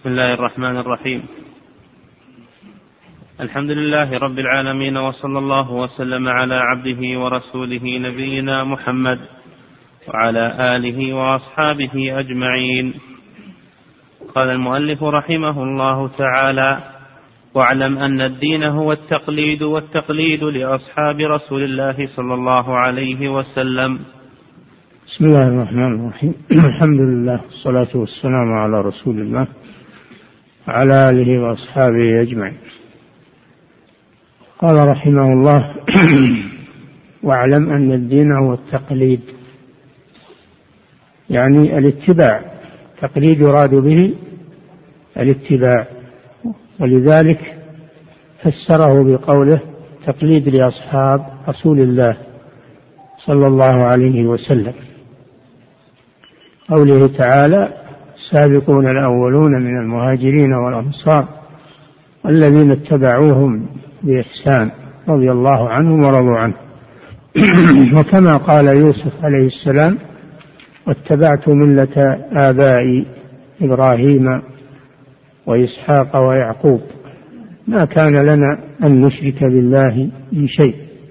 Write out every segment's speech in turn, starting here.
بسم الله الرحمن الرحيم. الحمد لله رب العالمين، وصلى الله وسلم على عبده ورسوله نبينا محمد وعلى آله وأصحابه أجمعين. قال المؤلف رحمه الله تعالى: واعلم أن الدين هو التقليد، والتقليد لأصحاب رسول الله صلى الله عليه وسلم. بسم الله الرحمن الرحيم. الحمد لله والصلاة والسلام على رسول الله وعلى آله وأصحابه أجمعين. قال رحمه الله: واعلم أن الدين هو التقليد، يعني الاتباع. تقليد يراد به الاتباع، ولذلك فسره بقوله تقليد لأصحاب رسول الله صلى الله عليه وسلم. قوله تعالى: السابقون الأولون من المهاجرين والأنصار الذين اتبعوهم بإحسان رضي الله عنهم ورضوا عنه. وكما قال يوسف عليه السلام: واتبعت ملة آبائي إبراهيم وإسحاق ويعقوب ما كان لنا أن نشرك بالله من شيء.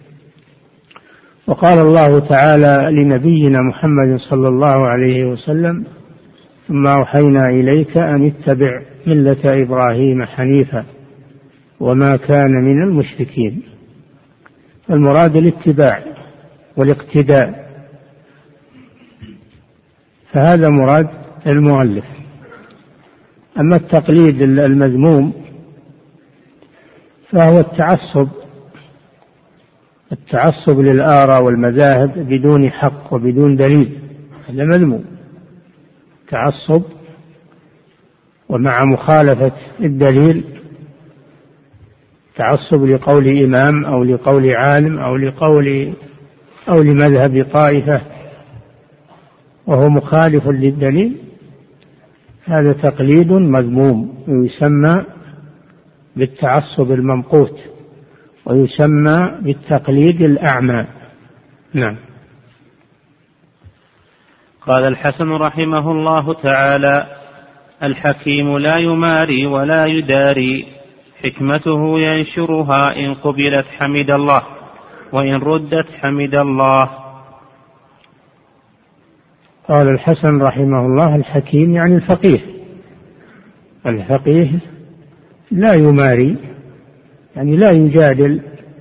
وقال الله تعالى لنبينا محمد صلى الله عليه وسلم: ثم أوحينا إليك أن اتبع ملة إبراهيم حنيفا وما كان من المشركين. المراد الاتباع والاقتداء، فهذا مراد المؤلف. أما التقليد المذموم فهو التعصب للآراء والمذاهب بدون حق وبدون دليل، هذا مذموم. تعصب ومع مخالفة الدليل، تعصب لقول إمام أو لقول عالم أو لمذهب طائفة وهو مخالف للدليل، هذا تقليد مذموم، ويسمى بالتعصب الممقوت، ويسمى بالتقليد الأعمى. نعم. قال الحسن رحمه الله تعالى: الحكيم لا يماري ولا يداري، حكمته ينشرها، إن قبلت حمد الله وإن ردت حمد الله. قال الحسن رحمه الله: الحكيم يعني الفقيه. الفقيه لا يماري، يعني لا يجادل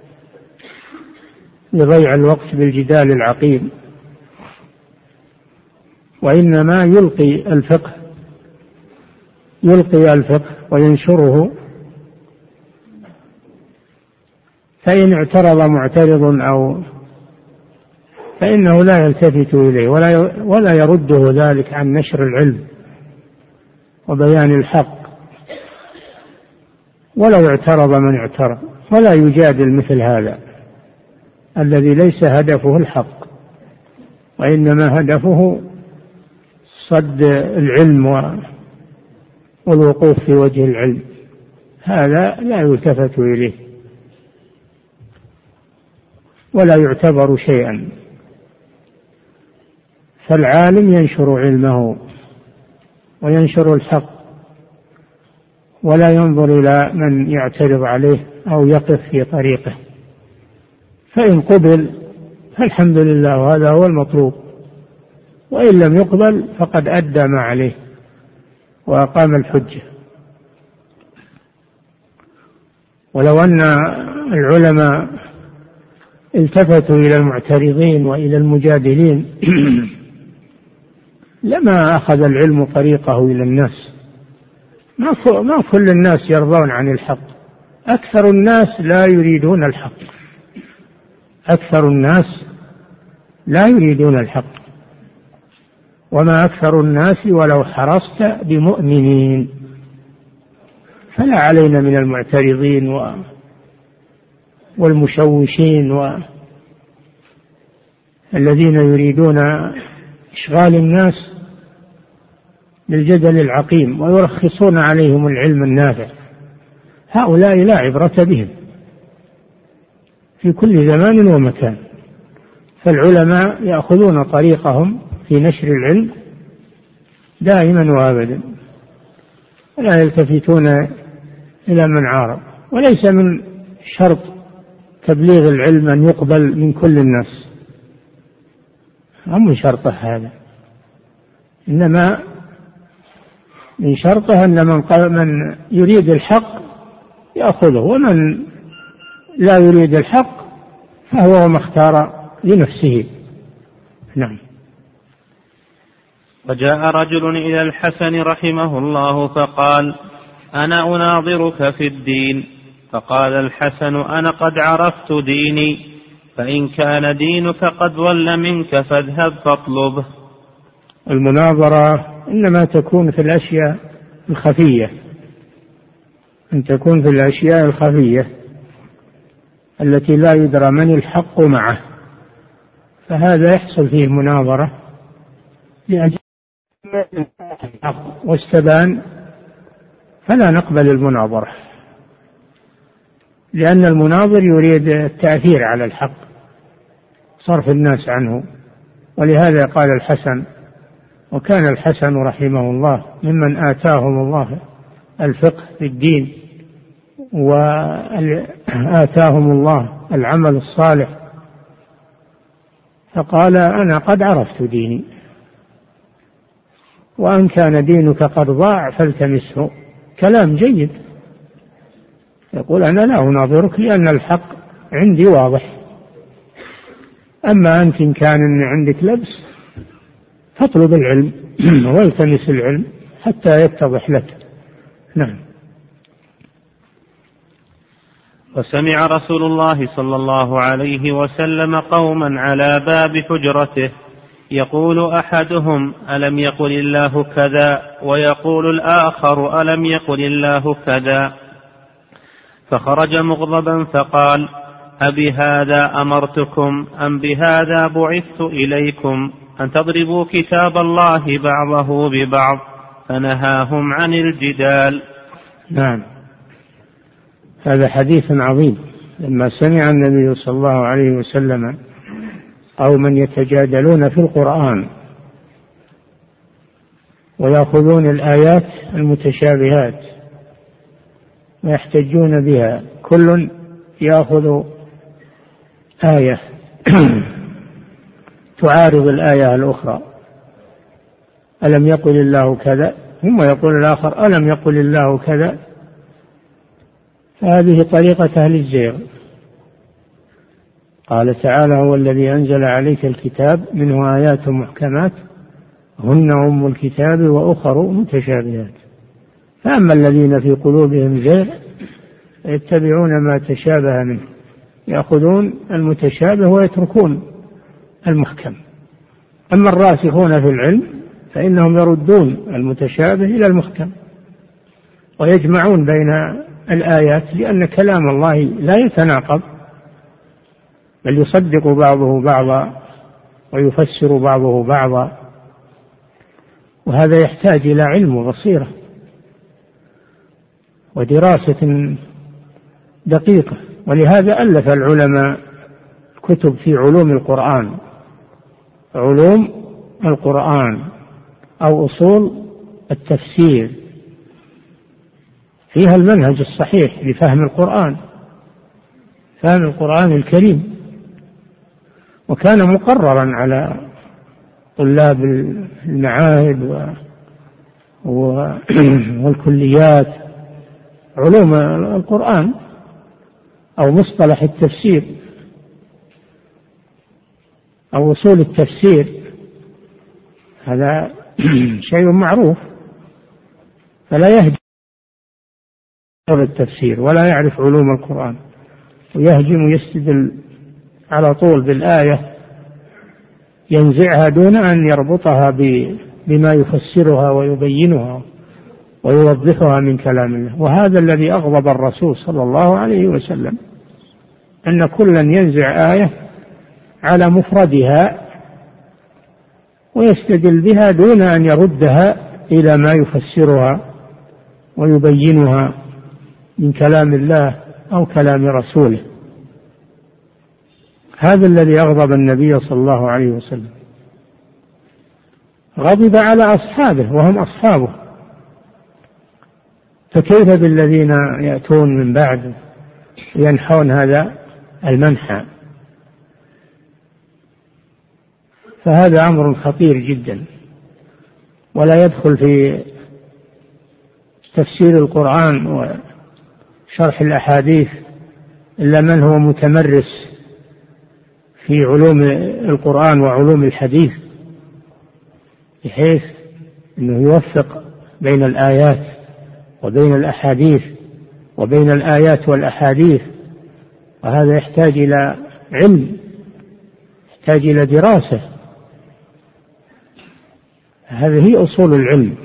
لضيع الوقت بالجدال العقيم، وإنما يلقي الفقه وينشره. فإن اعترض معترض فإنه لا يلتفت إليه ولا يرده ذلك عن نشر العلم وبيان الحق، ولو اعترض من اعترض، ولا يجادل مثل هذا الذي ليس هدفه الحق، وإنما هدفه صد العلم والوقوف في وجه العلم. هذا لا يلتفت إليه ولا يعتبر شيئا. فالعالم ينشر علمه وينشر الحق، ولا ينظر إلى من يعترض عليه أو يقف في طريقه. فإن قبل فالحمد لله، وهذا هو المطلوب، وإن لم يقبل فقد أدى ما عليه وأقام الحجة. ولو أن العلماء التفتوا إلى المعترضين وإلى المجادلين لما أخذ العلم طريقه إلى الناس. ما كل الناس يرضون عن الحق، أكثر الناس لا يريدون الحق، أكثر الناس لا يريدون الحق، وما أكثر الناس ولو حرصت بمؤمنين. فلا علينا من المعترضين والمشوشين الذين يريدون إشغال الناس بالجدل العقيم ويرخصون عليهم العلم النافع. هؤلاء لا عبرة بهم في كل زمان ومكان. فالعلماء يأخذون طريقهم في نشر العلم دائما وابدا. لا يلتفتون إلى من عارض. وليس من شرط تبليغ العلم أن يقبل من كل الناس، هم شرطه هذا، إنما من شرطه أن من يريد الحق يأخذه، ومن لا يريد الحق فهو ما اختار لنفسه. نعم. وجاء رجل إلى الحسن رحمه الله فقال: أنا أناظرك في الدين. فقال الحسن: أنا قد عرفت ديني، فإن كان دينك قد ضل منك فاذهب فاطلبه. المناظرة إنما تكون في الأشياء الخفية، أن تكون في الأشياء الخفية التي لا يدرى من الحق معه، فهذا يحصل فيه مناظرة لأجل الحق واستبان، فلا نقبل المناظرة، لأن المناظر يريد التأثير على الحق، صرف الناس عنه. ولهذا قال الحسن، وكان الحسن رحمه الله ممن آتاهم الله الفقه في الدين وآتاهم الله العمل الصالح، فقال: أنا قد عرفت ديني، وأن كان دينك قد ضاع فالتمسه. كلام جيد، يقول: أنا لا أناظرك لأن الحق عندي واضح، أما أنت إن كان عندك لبس فاطلب العلم والتمس العلم حتى يتضح لك. نعم. وسمع رسول الله صلى الله عليه وسلم قوما على باب حجرته يقول أحدهم: ألم يقل الله كذا؟ ويقول الآخر: ألم يقل الله كذا؟ فخرج مغضبا فقال: أبهذا أمرتكم أم بهذا بعثت إليكم أن تضربوا كتاب الله بعضه ببعض؟ فنهاهم عن الجدال. نعم، هذا حديث عظيم. لما سمع النبي صلى الله عليه وسلم قوما يتجادلون في القرآن ويأخذون الآيات المتشابهات ويحتجون بها، كل يأخذ آية تعارض الآية الأخرى، ألم يقل الله كذا، ثم يقول الآخر: ألم يقل الله كذا. فهذه طريقة أهل الزيغ. قال تعالى: هو الذي أنزل عليك الكتاب منه آيات محكمات هن أم الكتاب وأخر متشابهات، فأما الذين في قلوبهم زيغ يتبعون ما تشابه منه، يأخذون المتشابه ويتركون المحكم. أما الراسخون في العلم فإنهم يردون المتشابه إلى المحكم ويجمعون بين الآيات، لأن كلام الله لا يتناقض بل يصدق بعضه بعضا ويفسر بعضه بعضا، وهذا يحتاج إلى علم وبصيرة ودراسة دقيقة. ولهذا ألف العلماء كتب في علوم القرآن، علوم القرآن أو أصول التفسير، فيها المنهج الصحيح لفهم القرآن، فهم القرآن الكريم. وكان مقررا على طلاب المعاهد والكليات علوم القرآن أو مصطلح التفسير أو أصول التفسير، هذا شيء معروف. فلا يهجم التفسير ولا يعرف علوم القرآن ويهجم ويستدل على طول بالآية، ينزعها دون أن يربطها بما يفسرها ويبينها ويوضحها من كلام الله. وهذا الذي أغضب الرسول صلى الله عليه وسلم، أن كلا ينزع آية على مفردها ويستدل بها دون أن يردها إلى ما يفسرها ويبينها من كلام الله أو كلام رسوله. هذا الذي أغضب النبي صلى الله عليه وسلم، غضب على أصحابه وهم أصحابه، فكيف بالذين يأتون من بعد ينحون هذا المنحى؟ فهذا أمر خطير جدا، ولا يدخل في تفسير القرآن وشرح الأحاديث إلا من هو متمرس في علوم القرآن وعلوم الحديث، بحيث أنه يوفق بين الآيات وبين الأحاديث وبين الآيات والأحاديث، وهذا يحتاج إلى علم، يحتاج إلى دراسة. هذه هي أصول العلم.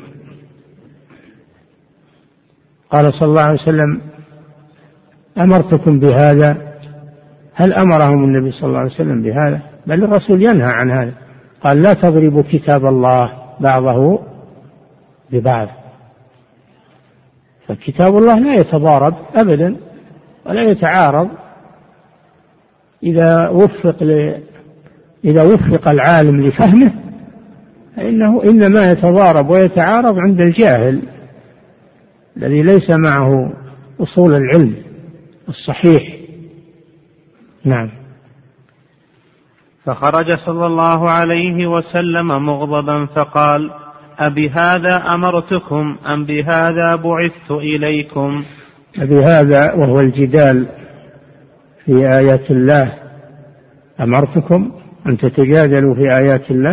قال صلى الله عليه وسلم: أمرتكم بهذا. هل أمرهم النبي صلى الله عليه وسلم بهذا؟ بل الرسول ينهى عن هذا، قال: لا تضربوا كتاب الله بعضه ببعض. فكتاب الله لا يتضارب أبدا ولا يتعارض إذا وفق العالم لفهمه، فإنه إنما يتضارب ويتعارض عند الجاهل الذي ليس معه أصول العلم الصحيح. نعم. فخرج صلى الله عليه وسلم مغضبا فقال: أبهذا أمرتكم أم بهذا بعثت إليكم؟ أبهذا وهو الجدال في آيات الله، أمرتكم أن تتجادلوا في آيات الله،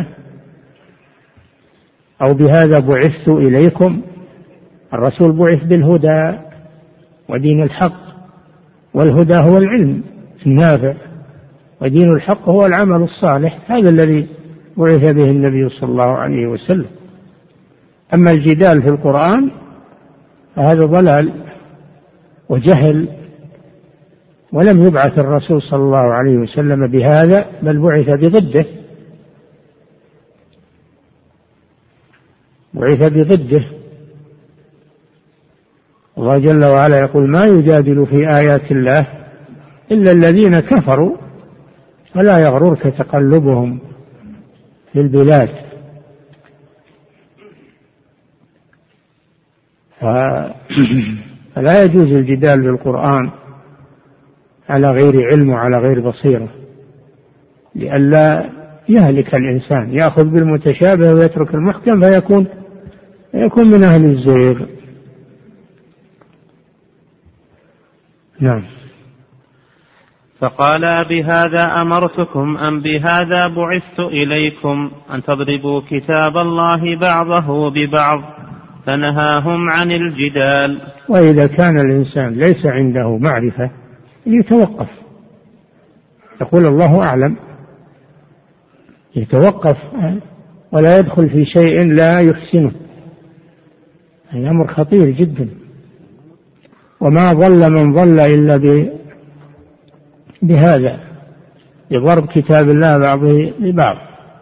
أو بهذا بعثت إليكم. الرسول بعث بالهدى ودين الحق، والهدى هو العلم النافع، ودين الحق هو العمل الصالح. هذا الذي بعث به النبي صلى الله عليه وسلم. أما الجدال في القرآن فهذا ضلال وجهل، ولم يبعث الرسول صلى الله عليه وسلم بهذا، بل بعث بضده، الله جل وعلا يقول: ما يجادل في آيات الله إلا الذين كفروا فلا يغررك تقلبهم في البلاد. فلا يجوز الجدال بالقرآن على غير علم وعلى غير بصيرة، لئلا يهلك الإنسان، يأخذ بالمتشابه ويترك المحكم فيكون من أهل الزيغ. نعم. فقال: بهذا أمرتكم أم بهذا بعثت إليكم أن تضربوا كتاب الله بعضه ببعض، فنهاهم عن الجدال. وإذا كان الإنسان ليس عنده معرفة يتوقف، يقول الله أعلم، يتوقف ولا يدخل في شيء لا يحسنه. الأمر خطير جدا، وما ضل من ضل إلا بهذا، بضرب كتاب الله بعضه ببعض.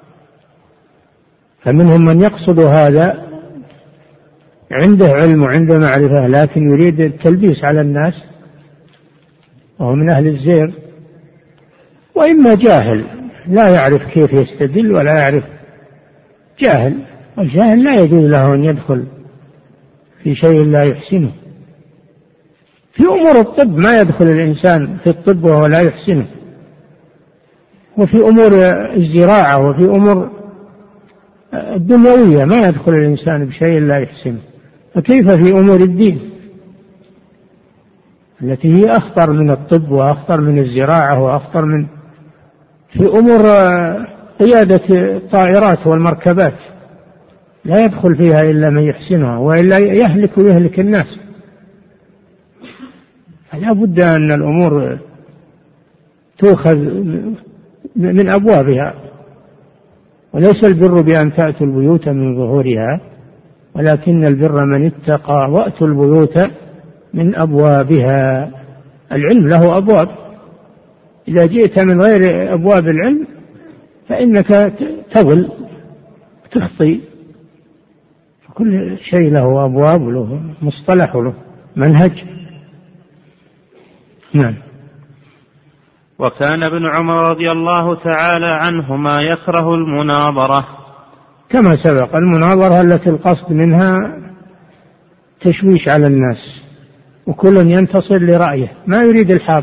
فمنهم من يقصد هذا، عنده علم وعنده معرفة، لكن يريد التلبيس على الناس، وهو من أهل الزيغ. وإما جاهل لا يعرف كيف يستدل ولا يعرف، جاهل، والجاهل لا يجوز له أن يدخل في شيء لا يحسنه. في أمور الطب ما يدخل الإنسان في الطب وهو لا يحسنه، وفي أمور الزراعة وفي أمور الدنيوية ما يدخل الإنسان بشيء لا يحسنه، فكيف في أمور الدين التي هي أخطر من الطب وأخطر من الزراعة وأخطر من في أمور قيادة الطائرات والمركبات، لا يدخل فيها إلا من يحسنها، وإلا يهلك ويهلك الناس. فلا بد أن الأمور تؤخذ من أبوابها، وليس البر بأن تأتوا البيوت من ظهورها، ولكن البر من اتقى وأتوا البيوت من أبوابها. العلم له أبواب، إذا جئت من غير أبواب العلم فإنك تضل تخطي. كل شيء له أبواب وله مصطلح وله منهج. نعم. وكان ابن عمر رضي الله تعالى عنهما يكره المناظرة، كما سبق. المناظرة التي القصد منها تشويش على الناس، وكل ينتصر لرأيه، ما يريد الحق،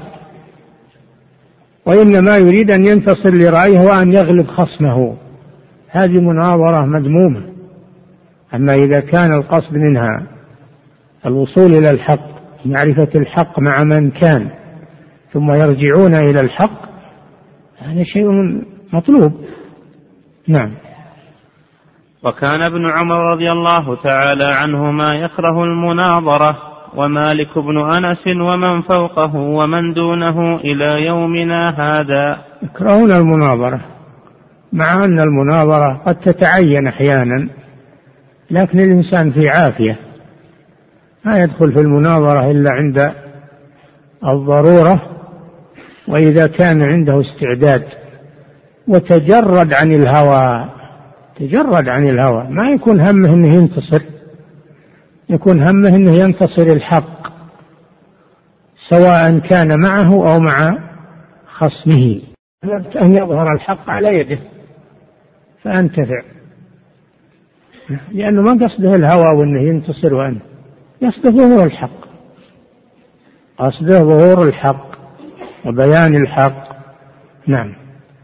وإنما يريد أن ينتصر لرأيه وأن يغلب خصمه. هذه مناظرة مذمومة. أما إذا كان القصد منها الوصول إلى الحق، معرفة الحق مع من كان، ثم يرجعون إلى الحق، هذا شيء مطلوب. نعم. وكان ابن عمر رضي الله تعالى عنهما يكره المناظرة، ومالك بن أنس ومن فوقه ومن دونه إلى يومنا هذا يكرهون المناظرة، مع أن المناظرة قد تتعين أحيانا، لكن الإنسان في عافية، ما يدخل في المناظرة إلا عند الضرورة، وإذا كان عنده استعداد وتجرد عن الهوى، تجرد عن الهوى، ما يكون همه أنه ينتصر، يكون همه أنه ينتصر الحق، سواء كان معه أو مع خصمه، أن يظهر الحق على يده فأنتفع، لأنه ما قصده الهوى وأنه ينتصر، وأنه قصده ظهور الحق، قصده ظهور الحق وبيان الحق. نعم.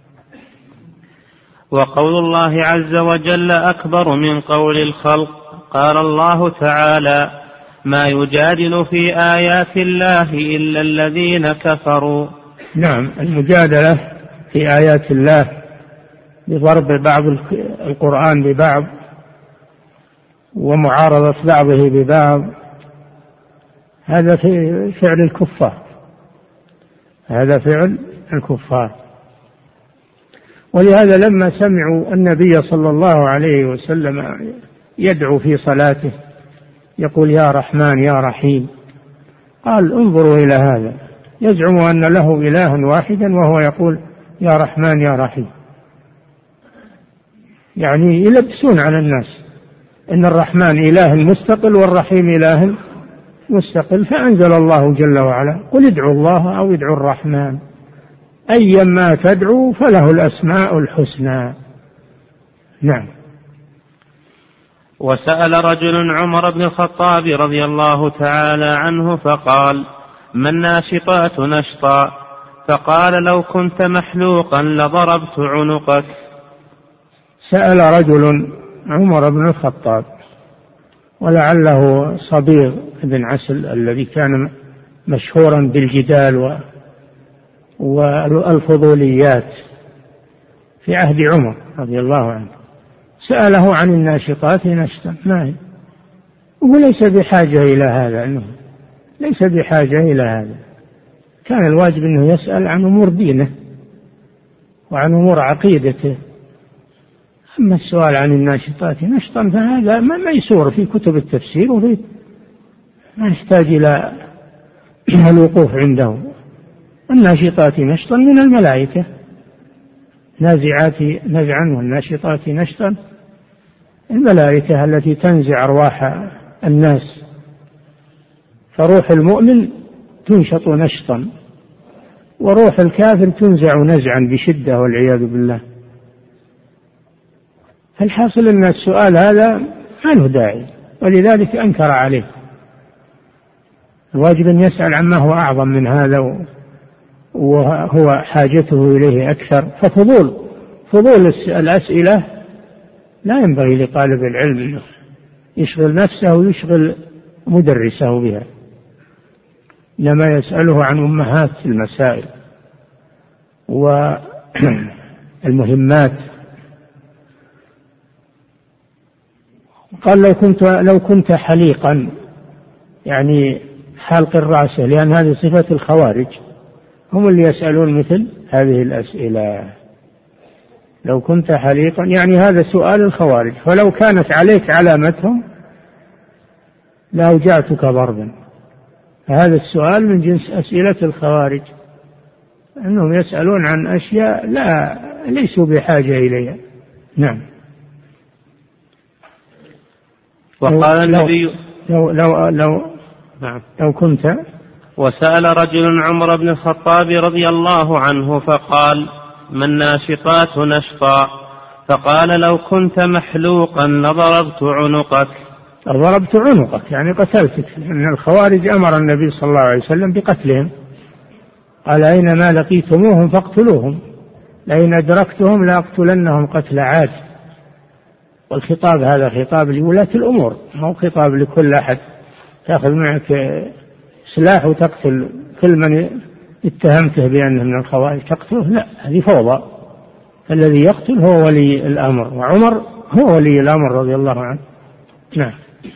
وقول الله عز وجل أكبر من قول الخلق. قال الله تعالى: ما يجادل في آيات الله إلا الذين كفروا. نعم، المجادلة في آيات الله بضرب بعض القرآن ببعض ومعارضة بعضه ببعض، هذا فعل الكفار، هذا فعل الكفار. ولهذا لما سمعوا النبي صلى الله عليه وسلم يدعو في صلاته يقول يا رحمن يا رحيم، قال انظروا إلى هذا، يزعم أن له إله واحدا وهو يقول يا رحمن يا رحيم، يعني يلبسون على الناس إن الرحمن إله مستقل والرحيم إله مستقل. فأنزل الله جل وعلا: قل ادعوا الله أو ادعوا الرحمن أيما تدعوا فله الأسماء الحسنى. نعم. وسأل رجل عمر بن الخطاب رضي الله تعالى عنه فقال: ما الناشطات نشطا؟ فقال: لو كنت محلوقا لضربت عنقك. سأل رجل عمر بن الخطاب، ولعله صبيغ بن عسل الذي كان مشهورا بالجدال والفضوليات في عهد عمر رضي الله عنه، سأله عن الناشطات نشطا، ما هي؟ وليس بحاجة إلى هذا، أنه ليس بحاجة إلى هذا، كان الواجب أنه يسأل عن أمور دينه وعن أمور عقيدته. أما السؤال عن الناشطات نشطا فهذا ميسور في كتب التفسير، وفي ما يحتاج إلى الوقوف عنده. الناشطات نشطا من الملائكة، نازعات نزعا والناشطات نشطا، الملائكة التي تنزع أرواح الناس، فروح المؤمن تنشط نشطا، وروح الكافر تنزع نزعا بشدة والعياذ بالله. فالحاصل أن السؤال هذا ما له داعي، ولذلك أنكر عليه. الواجب أن يسأل عما هو أعظم من هذا وهو حاجته إليه أكثر. ففضول الأسئلة لا ينبغي لطالب العلم أنه يشغل نفسه ويشغل مدرسه بها، لما يسأله عن أمهات المسائل والمهمات. قال لو كنت حليقا، يعني حلق الرأس، لأن هذه صفة الخوارج، هم اللي يسألون مثل هذه الأسئلة. لو كنت حليقا يعني هذا سؤال الخوارج، فلو كانت عليك علامتهم لأوجعتك ضربا. فهذا السؤال من جنس أسئلة الخوارج، أنهم يسألون عن أشياء ليسوا بحاجة إليها. نعم. وقال النبي لو كنت. وسأل رجل عمر بن الخطاب رضي الله عنه فقال: ما الناشطات نشطا؟ فقال: لو كنت محلوقا لضربت عنقك. ضربت عنقك يعني قتلتك، لأن الخوارج أمر النبي صلى الله عليه وسلم بقتلهم، قال أينما لقيتموهم فاقتلوهم، لئن أدركتهم لأقتلنهم قتل عاد. والخطاب هذا خطاب لولاة الأمور، مو خطاب لكل أحد تأخذ معك سلاح وتقتل كل من اتهمته بأنه من الخوارج تقتله، لا، هذه فوضى. الذي يقتل هو ولي الأمر، وعمر هو ولي الأمر رضي الله عنه. نعم.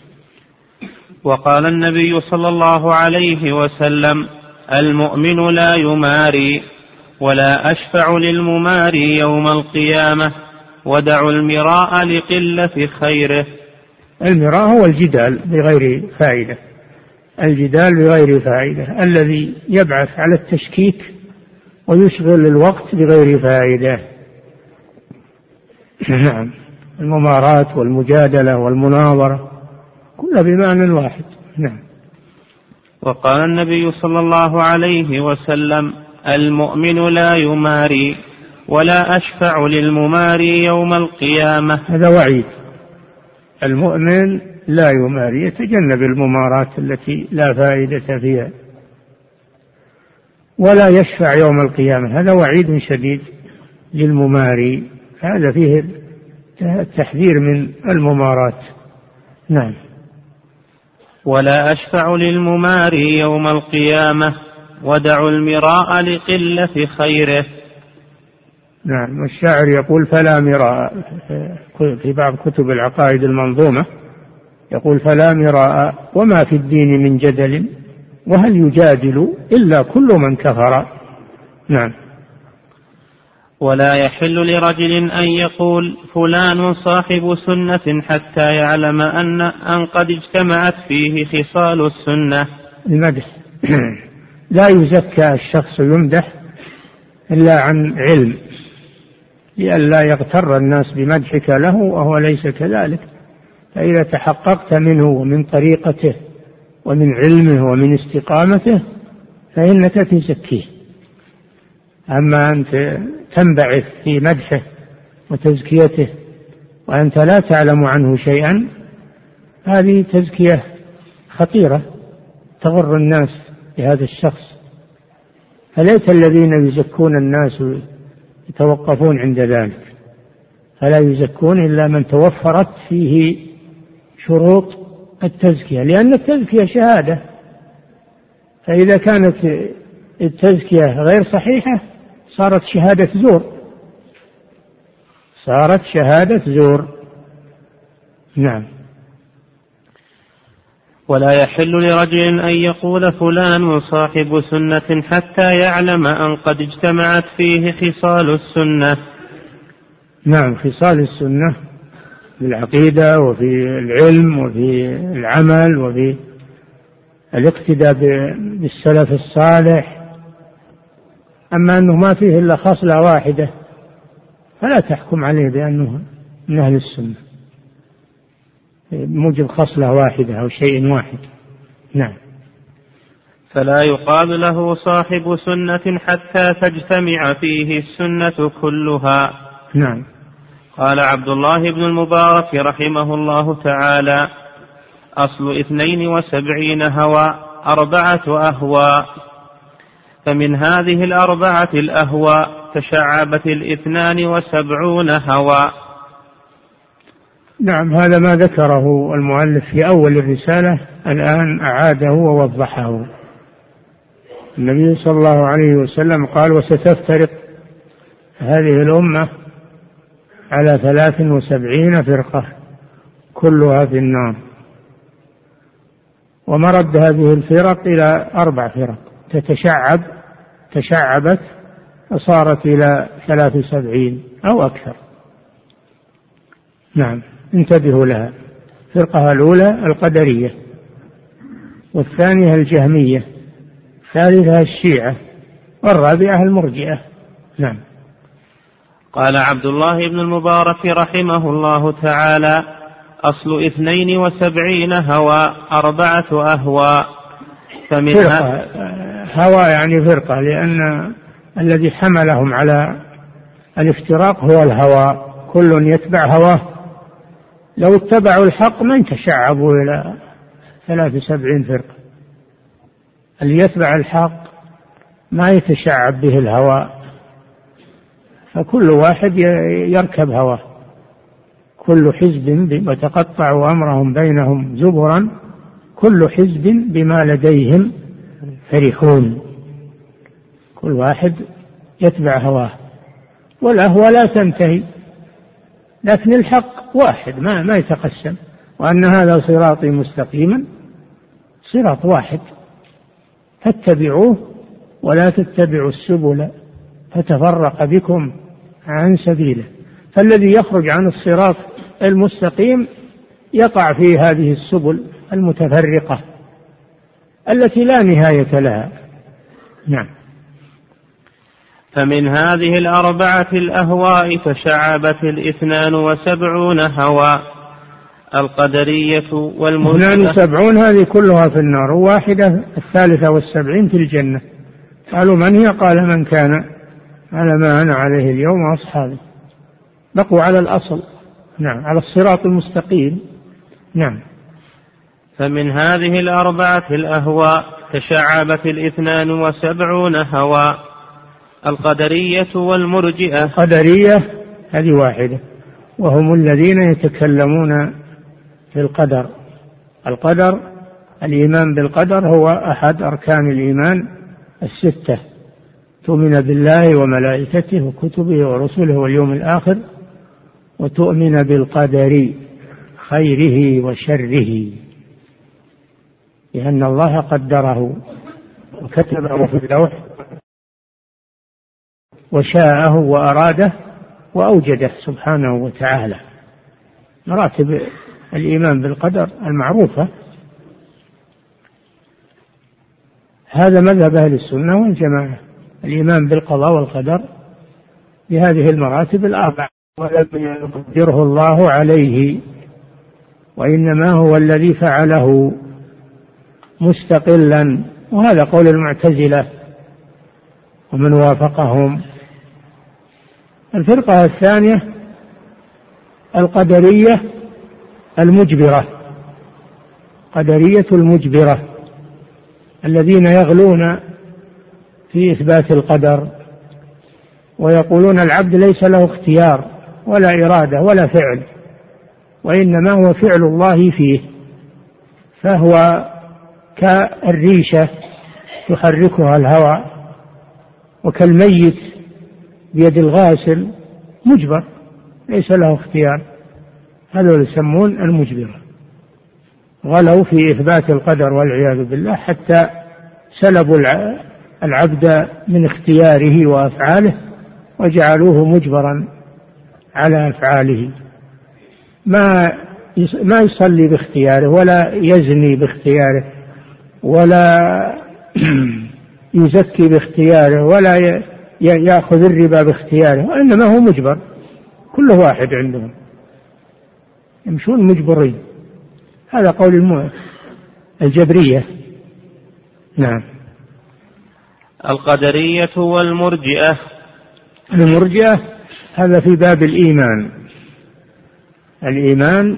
وقال النبي صلى الله عليه وسلم: المؤمن لا يماري ولا أشفع للمماري يوم القيامة، ودعوا المراء لقلة خيره. المراء هو الجدال بغير فائدة، الجدال بغير فائدة الذي يبعث على التشكيك ويشغل الوقت بغير فائدة. نعم، الممارات والمجادلة والمناظرة كلها بمعنى واحد. نعم. وقال النبي صلى الله عليه وسلم: المؤمن لا يماري ولا أشفع للمماري يوم القيامة. هذا وعيد، المؤمن لا يماري، يتجنب الممارات التي لا فائدة فيها، ولا يشفع يوم القيامة، هذا وعيد شديد للمماري، هذا فيه التحذير من الممارات. نعم. ولا أشفع للمماري يوم القيامة، ودعوا المراء لقلة خيره. نعم. والشاعر يقول: فلا مراء، في بعض كتب العقائد المنظومة يقول: فلا مراء وما في الدين من جدل، وهل يجادل إلا كل من كفر. نعم. ولا يحل لرجل أن يقول فلان صاحب سنة حتى يعلم أن قد اجتمعت فيه خصال السنة. المدح لا يزكى الشخص يمدح إلا عن علم، لئلا يغتر الناس بمدحك له وهو ليس كذلك. فإذا تحققت منه ومن طريقته ومن علمه ومن استقامته فإنك تزكيه. أما أنت تنبعث في مدحه وتزكيته وأنت لا تعلم عنه شيئا، هذه تزكية خطيرة تغر الناس بهذا الشخص. فليت الذين يزكون الناس يتوقفون عند ذلك، فلا يزكون إلا من توفرت فيه شروط التزكية، لأن التزكية شهادة، فإذا كانت التزكية غير صحيحة صارت شهادة زور، صارت شهادة زور. نعم. ولا يحل لرجل أن يقول فلان صاحب سنة حتى يعلم أن قد اجتمعت فيه خصال السنة. نعم، خصال السنة في العقيدة وفي العلم وفي العمل وفي الاقتداء بالسلف الصالح. أما أنه ما فيه إلا خصلة واحدة فلا تحكم عليه بأنه من أهل السنة موجب خصلة واحدة أو شيء واحد. نعم. فلا يقال له صاحب سنة حتى تجتمع فيه السنة كلها. نعم. قال عبد الله بن المبارك رحمه الله تعالى: أصل 72 هوى 4 أهواء، فمن هذه 4 الأهواء تشعبت 72 هوى. نعم، هذا ما ذكره المؤلف في أول الرسالة، الآن أعاده ووضحه. النبي صلى الله عليه وسلم قال: وستفترق هذه الأمة على 73 فرقة كلها في النار. ومرد هذه الفرق إلى 4 فرق تشعبت وصارت إلى 73 أو أكثر. نعم، انتبهوا لها. الفرقة الأولى القدرية، والثانية الجهمية، الثالثة الشيعة، والرابعة المرجئة. نعم. قال عبد الله بن المبارك رحمه الله تعالى: أصل 72 هوى 4 أهواء، فرقة هوى يعني فرقة، لأن الذي حملهم على الافتراق هو الهوى، كل يتبع هواه لو اتبعوا الحق ما تشعبوا إلى 73 فرقة. اللي يتبع الحق ما يتشعب به الهوى، فكل واحد يركب هواه. كل حزب وتقطعوا أمرهم بينهم زبرا كل حزب بما لديهم فرحون. كل واحد يتبع هواه، والأهوى لا تنتهي، لكن الحق واحد ما يتقسم. وأن هذا صراطي مستقيما، صراط واحد فاتبعوه ولا تتبعوا السبل فتفرق بكم عن سبيله. فالذي يخرج عن الصراط المستقيم يقع في هذه السبل المتفرقة التي لا نهاية لها. نعم. فمن هذه الأربعة الأهواء تشعبت 72 هوى: القدرية والمرجئة. 72 هذه كلها في النار، وواحدة 73 في الجنة. قالوا من هي؟ قال من كان على ما أنا عليه اليوم وأصحابي. بقوا على الأصل، نعم، على الصراط المستقيم. نعم. فمن هذه الأربعة الأهواء تشعبت 72 هوى: القدرية والمرجئة. القدرية هذه واحدة، وهم الذين يتكلمون في القدر. القدر، الإيمان بالقدر هو أحد أركان الإيمان 6: تؤمن بالله وملائكته وكتبه ورسله واليوم الآخر، وتؤمن بالقدر خيره وشره، لأن الله قدره وكتبه في اللوح وشاءه وأراده وأوجده سبحانه وتعالى. مراتب الإيمان بالقدر المعروفة. هذا مذهب أهل السنة والجماعة، الإيمان بالقضاء والقدر بهذه المراتب الأربع. ولم يقدره الله عليه، وإنما هو الذي فعله مستقلا. وهذا قول المعتزلة ومن وافقهم. الفرقة الثانية القدرية المجبرة، قدرية المجبرة، الذين يغلون في إثبات القدر ويقولون العبد ليس له اختيار ولا إرادة ولا فعل، وإنما هو فعل الله فيه، فهو كالريشة يحركها الهوى، وكالميت بيد الغاسل مجبر ليس له اختيار. هذا يسمون المجبرة. غلوا في إثبات القدر والعياذ بالله حتى سلبوا العبد من اختياره وأفعاله وجعلوه مجبرا على أفعاله. ما يصلي باختياره ولا يزني باختياره ولا يزكي باختياره ولا يأخذ الربا باختياره، وإنما هو مجبر. كل واحد عندهم يمشون مجبرين. هذا قول الجبرية. نعم. القدرية والمرجئة. المرجئة هذا في باب الإيمان. الإيمان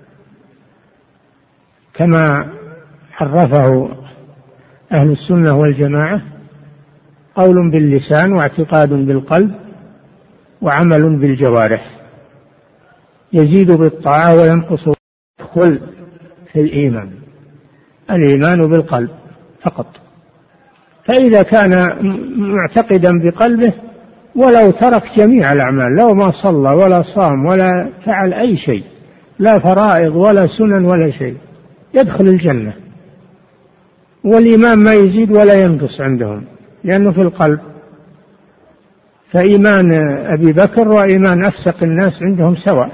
كما عرفه أهل السنة والجماعة قول باللسان واعتقاد بالقلب وعمل بالجوارح، يزيد بالطاعة وينقص بالخلق في الإيمان. الإيمان بالقلب فقط. فإذا كان معتقدا بقلبه ولو ترك جميع الأعمال، لو ما صلى ولا صام ولا فعل أي شيء، لا فرائض ولا سنن ولا شيء، يدخل الجنة. والإيمان ما يزيد ولا ينقص عندهم لأنه في القلب. فإيمان أبي بكر وإيمان أفسق الناس عندهم سواء،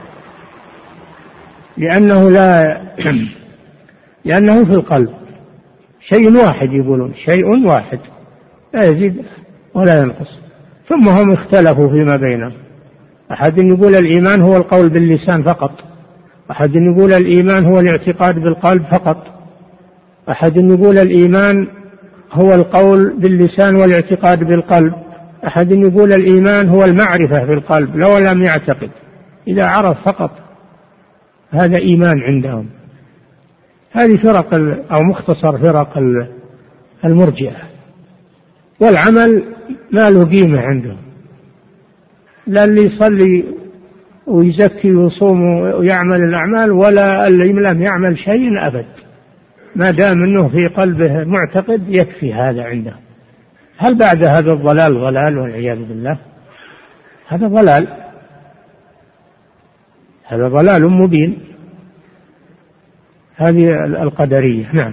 لأنه في القلب شيء واحد، يقولون شيء واحد لا يزيد ولا ينقص. ثم هم اختلفوا فيما بينهم، أحد يقول الإيمان هو القول باللسان فقط، أحد يقول الإيمان هو الاعتقاد بالقلب فقط، أحد يقول الإيمان هو القول باللسان والاعتقاد بالقلب، أحد يقول الإيمان هو المعرفة بالقلب لو لم يعتقد، إذا عرف فقط. هذا إيمان عندهم. هذه فرق أو مختصر فرق المرجئة. والعمل ما له قيمة عندهم، لا اللي يصلي ويزكي ويصوم ويعمل الأعمال ولا اللي لم يعمل شيء أبد، ما دام أنه في قلبه معتقد يكفي هذا عنده. هل بعد هذا الضلال ضلال والعياذ بالله؟ هذا ضلال، هذا ضلال مبين. هذه القدرية. نعم.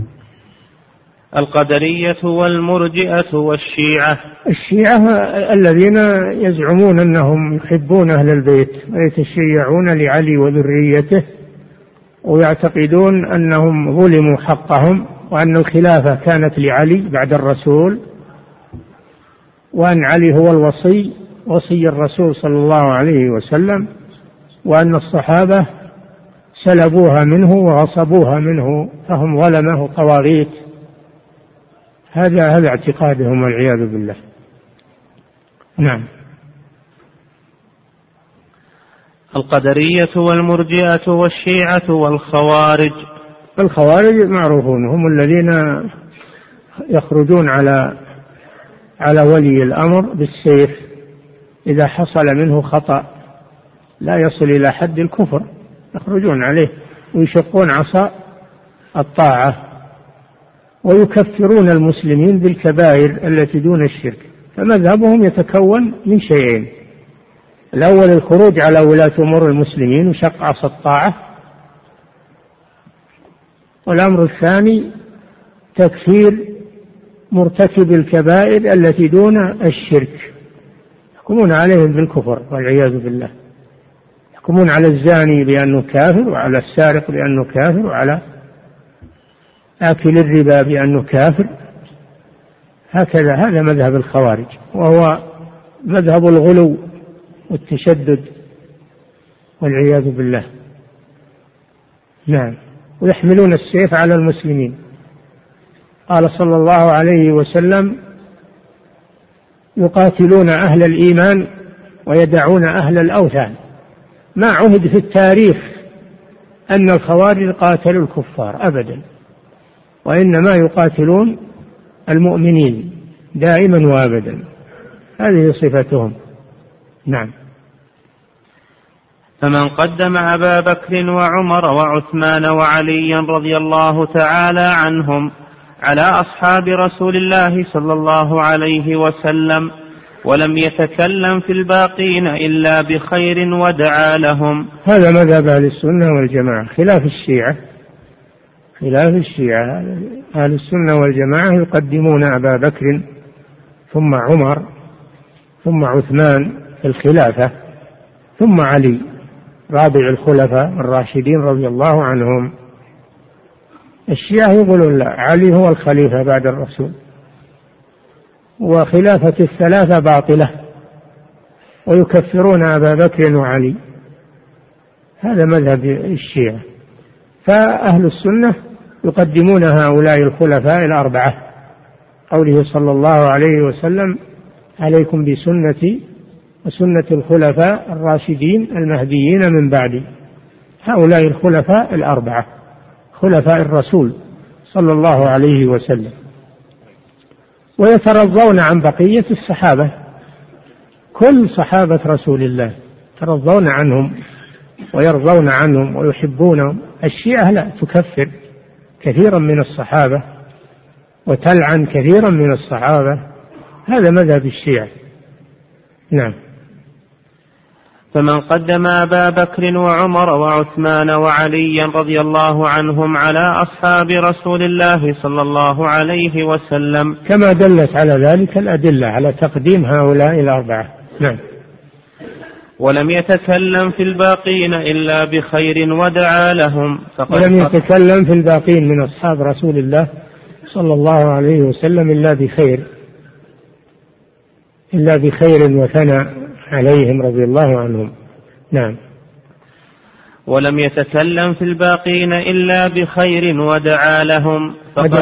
القدرية والمرجئة والشيعة. الشيعة الذين يزعمون أنهم يحبون أهل البيت ويتشيعون لعلي وذريته، ويعتقدون أنهم ظلموا حقهم، وأن الخلافة كانت لعلي بعد الرسول، وأن علي هو الوصي، وصي الرسول صلى الله عليه وسلم، وأن الصحابة سلبوها منه وغصبوها منه فهم ظلمه طواغيت. هذا اعتقادهم والعياذ بالله. نعم. القدرية والمرجئة والشيعة والخوارج. الخوارج معروفون، هم الذين يخرجون على ولي الأمر بالسيف إذا حصل منه خطأ لا يصل إلى حد الكفر، يخرجون عليه ويشقون عصا الطاعة ويكفرون المسلمين بالكبائر التي دون الشرك. فمذهبهم يتكون من شيئين: الأول الخروج على ولاة أمور المسلمين وشق عصا الطاعة، والأمر الثاني تكفير مرتكب الكبائر التي دون الشرك، يحكمون عليهم بالكفر والعياذ بالله. يحكمون على الزاني بأنه كافر، وعلى السارق بأنه كافر، وعلى آكل الربا بأنه كافر. هكذا هذا مذهب الخوارج، وهو مذهب الغلو والتشدد والعياذ بالله. نعم. ويحملون السيف على المسلمين. قال صلى الله عليه وسلم: يقاتلون أهل الإيمان ويدعون أهل الأوثان. ما عهد في التاريخ أن الخوارج قاتلوا الكفار أبدا، وإنما يقاتلون المؤمنين دائما وأبدا. هذه صفتهم. نعم. فمن قدم أبا بكر وعمر وعثمان وعليا رضي الله تعالى عنهم على أصحاب رسول الله صلى الله عليه وسلم ولم يتكلم في الباقين إلا بخير ودعا لهم. هذا مذهب أهل السنة والجماعة، خلاف الشيعة. خلاف الشيعة، أهل السنة والجماعة يقدمون أبا بكر ثم عمر ثم عثمان في الخلافة ثم علي رابع الخلفاء الراشدين رضي الله عنهم. الشيعة يقولون لا، علي هو الخليفة بعد الرسول، وخلافة الثلاثة باطلة، ويكفرون أبا بكر وعلي. هذا مذهب الشيعة. فأهل السنة يقدمون هؤلاء الخلفاء الأربعة، قوله صلى الله عليه وسلم: عليكم بسنتي وسنة الخلفاء الراشدين المهديين من بعدي. هؤلاء الخلفاء الأربعة خلفاء الرسول صلى الله عليه وسلم، ويترضون عن بقية الصحابة. كل صحابة رسول الله يترضون عنهم ويرضون عنهم ويحبونهم. الشيعة لا، تكفر كثيرا من الصحابة وتلعن كثيرا من الصحابة. هذا مذهب الشيعة. نعم. فمن قدم أبا بكر وعمر وعثمان وعليا رضي الله عنهم على أصحاب رسول الله صلى الله عليه وسلم، كما دلت على ذلك الأدلة على تقديم هؤلاء الأربعة. نعم. ولم يتكلم في الباقين إلا بخير ودعا لهم. ولم يتكلم في الباقين من أصحاب رسول الله صلى الله عليه وسلم إلا بخير وثنى عليهم رضي الله عنهم. نعم. ولم يتكلم في الباقين إلا بخير ودعا لهم.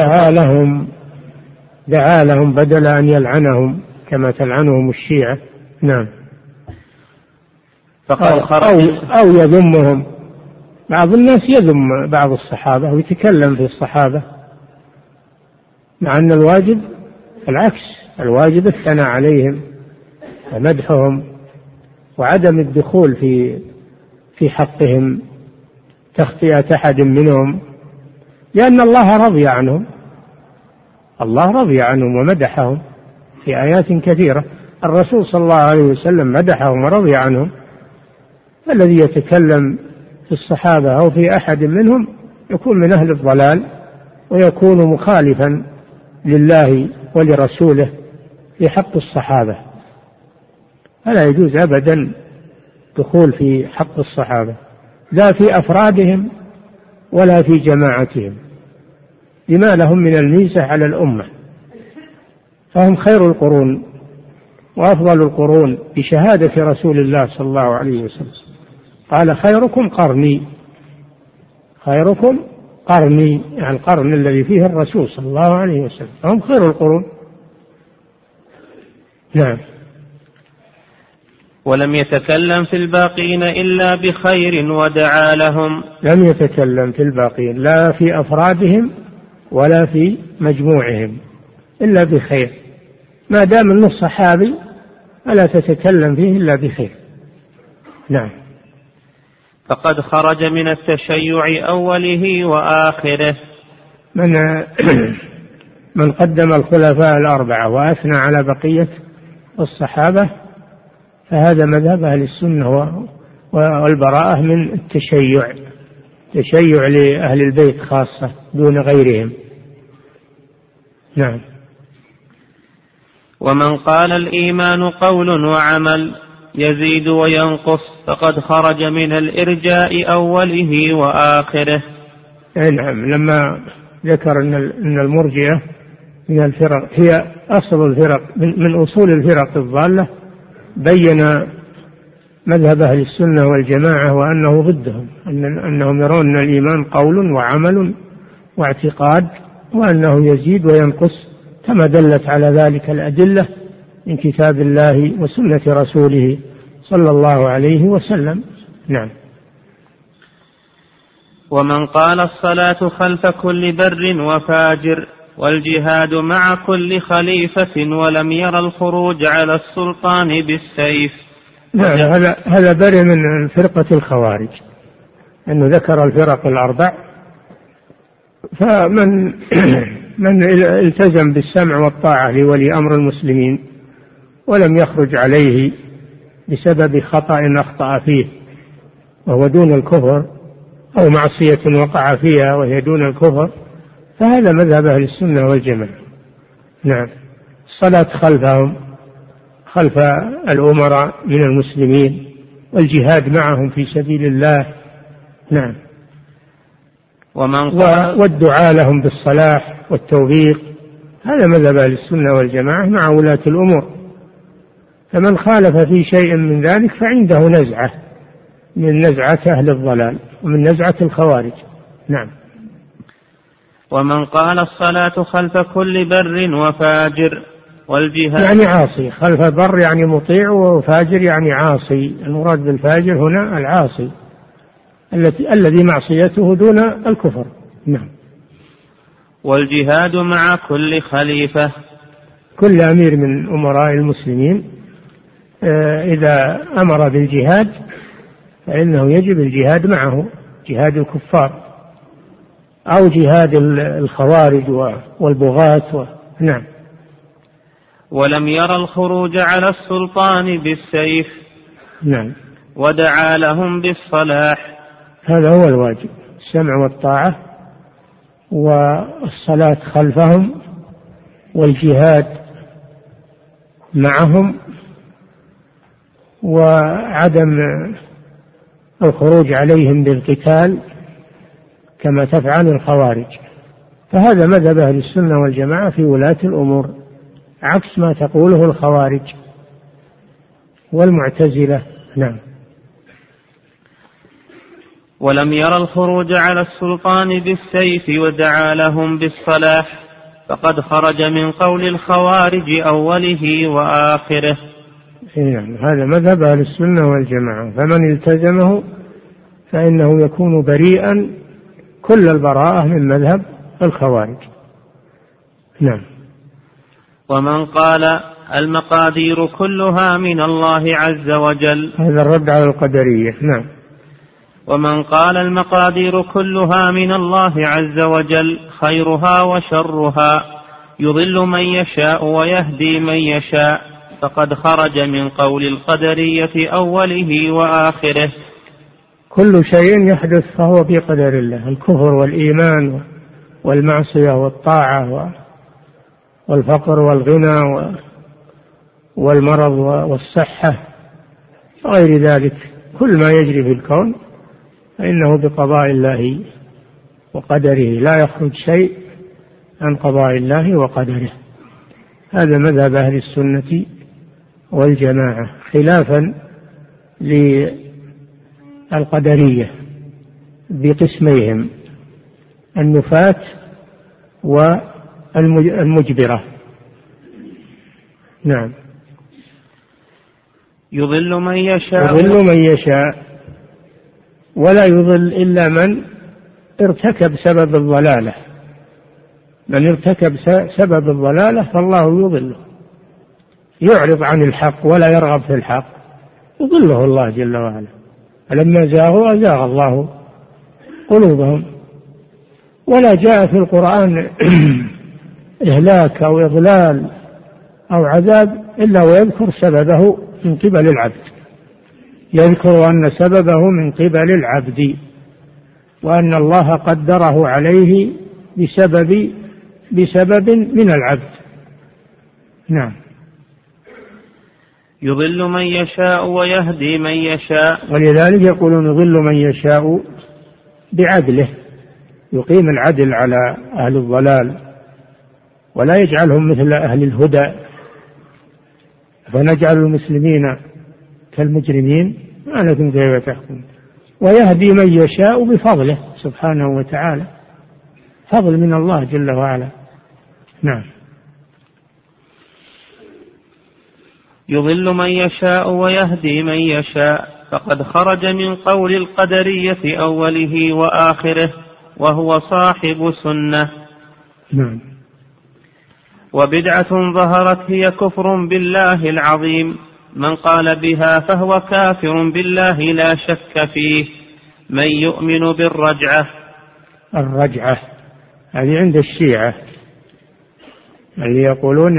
دعا لهم بدل أن يلعنهم كما تلعنهم الشيعة. نعم. أو يذمهم بعض الناس يذم بعض الصحابة ويتكلم في الصحابة، مع أن الواجب العكس، الواجب الثناء عليهم ومدحهم وعدم الدخول في حقهم تخطئة أحد منهم، لأن الله رضي عنهم، الله رضي عنهم ومدحهم في آيات كثيرة. الرسول صلى الله عليه وسلم مدحهم ورضي عنهم. الذي يتكلم في الصحابة أو في أحد منهم يكون من أهل الضلال ويكون مخالفا لله ولرسوله في حق الصحابة، فلا يجوز أبدا دخول في حق الصحابة لا في أفرادهم ولا في جماعتهم، لما لهم من الميزة على الأمة، فهم خير القرون وأفضل القرون بشهادة رسول الله صلى الله عليه وسلم، قال خيركم قرني، خيركم قرني، يعني القرن الذي فيه الرسول صلى الله عليه وسلم، فهم خير القرون. نعم. ولم يتكلم في الباقين إلا بخير ودعا لهم. لم يتكلم في الباقين لا في أفرادهم ولا في مجموعهم إلا بخير، ما دام أنه صحابي فلا تتكلم فيه إلا بخير. نعم. فقد خرج من التشيع أوله وآخره. من قدم الخلفاء الأربعة وأثنى على بقية الصحابة فهذا مذهب أهل السنة والبراءة من التشيع، تشيع لأهل البيت خاصة دون غيرهم. نعم. ومن قال الإيمان قول وعمل يزيد وينقص فقد خرج من الإرجاء أوله وآخره. نعم. لما ذكر أن المرجئة من الفرق هي أصل الفرق من أصول الفرق الضالة، بين مذهب أهل السنة والجماعة وأنه ضدهم، أنهم يرون أن الإيمان قول وعمل واعتقاد، وأنه يزيد وينقص كما دلت على ذلك الأدلة من كتاب الله وسنة رسوله صلى الله عليه وسلم. نعم. ومن قال الصلاة خلف كل بر وفاجر والجهاد مع كل خليفة ولم ير الخروج على السلطان بالسيف. نعم. هذا بر من فرقة الخوارج، أنه ذكر الفرق الأربع، فمن التزم بالسمع والطاعة لولي أمر المسلمين ولم يخرج عليه بسبب خطأ أخطأ فيه وهو دون الكفر أو معصية وقع فيها وهي دون الكفر، فهذا مذهب أهل السنة والجماعة. نعم. الصلاة خلفهم، خلف الأمراء من المسلمين، والجهاد معهم في سبيل الله. نعم. والدعاء لهم بالصلاح والتوفيق، هذا مذهب أهل السنة والجماعة مع ولاة الأمور. فمن خالف في شيء من ذلك فعنده نزعة من نزعة أهل الضلال ومن نزعة الخوارج. نعم. ومن قال الصلاة خلف كل بر وفاجر والجهاد، يعني عاصي، خلف بر يعني مطيع، وفاجر يعني عاصي. المراد بالفاجر هنا العاصي الذي معصيته دون الكفر. نعم. والجهاد مع كل خليفة، كل أمير من أمراء المسلمين إذا أمر بالجهاد فإنه يجب الجهاد معه، جهاد الكفار أو جهاد الخوارج والبغاة. نعم. ولم ير الخروج على السلطان بالسيف. نعم. ودعا لهم بالصلاح، هذا هو الواجب، السمع والطاعة والصلاة خلفهم والجهاد معهم وعدم الخروج عليهم بالقتال كما تفعل الخوارج. فهذا مذهب أهل السنة والجماعة في ولاة الأمور، عكس ما تقوله الخوارج والمعتزلة. نعم. ولم ير الخروج على السلطان بالسيف ودعا لهم بالصلاح فقد خرج من قول الخوارج أوله وآخره. نعم. هذا مذهب أهل السنة والجماعة، فمن التزمه فإنه يكون بريئا كل البراءة من مذهب الخوارج. نعم. ومن قال المقادير كلها من الله عز وجل، هذا الرد على القدرية. نعم. ومن قال المقادير كلها من الله عز وجل خيرها وشرها يضل من يشاء ويهدي من يشاء، فقد خرج من قول القدرية أوله وآخره. كل شيء يحدث فهو في قدر الله، الكفر والإيمان والمعصية والطاعة والفقر والغنى والمرض والصحة وغير ذلك، كل ما يجري في الكون فإنه بقضاء الله وقدره، لا يخرج شيء عن قضاء الله وقدره. هذا مذهب أهل السنة والجماعة، خلافا للقدرية بقسميهم، النفاة والمجبرة. نعم. يضل من يشاء، يضل من يشاء ولا يضل إلا من ارتكب سبب الضلالة. من ارتكب سبب الضلالة فالله يضله، يعرض عن الحق ولا يرغب في الحق، يضله الله جل وعلا. فلما زاغوا أزاغ الله قلوبهم. ولا جاء في القرآن إهلاك أو إضلال أو عذاب إلا ويذكر سببه من قبل العبد، يذكر أن سببه من قبل العبد، وأن الله قدره عليه بسبب من العبد. نعم. يضل من يشاء ويهدي من يشاء، ولذلك يقولون يضل من يشاء بعدله، يقيم العدل على أهل الضلال ولا يجعلهم مثل أهل الهدى، فنجعل المسلمين كالمجرمين، ما لكم كيف تحكم. ويهدي من يشاء بفضله سبحانه وتعالى، فضل من الله جل وعلا. نعم. يضل من يشاء ويهدي من يشاء، فقد خرج من قول القدرية أوله وآخره، وهو صاحب سنة. نعم. وبدعة ظهرت هي كفر بالله العظيم، من قال بها فهو كافر بالله لا شك فيه. من يؤمن بالرجعة، الرجعة هذه عند الشيعة اللي يقولون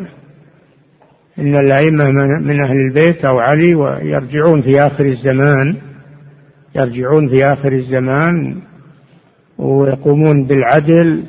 إن الأئمة من أهل البيت أو علي ويرجعون في آخر الزمان، يرجعون في آخر الزمان ويقومون بالعدل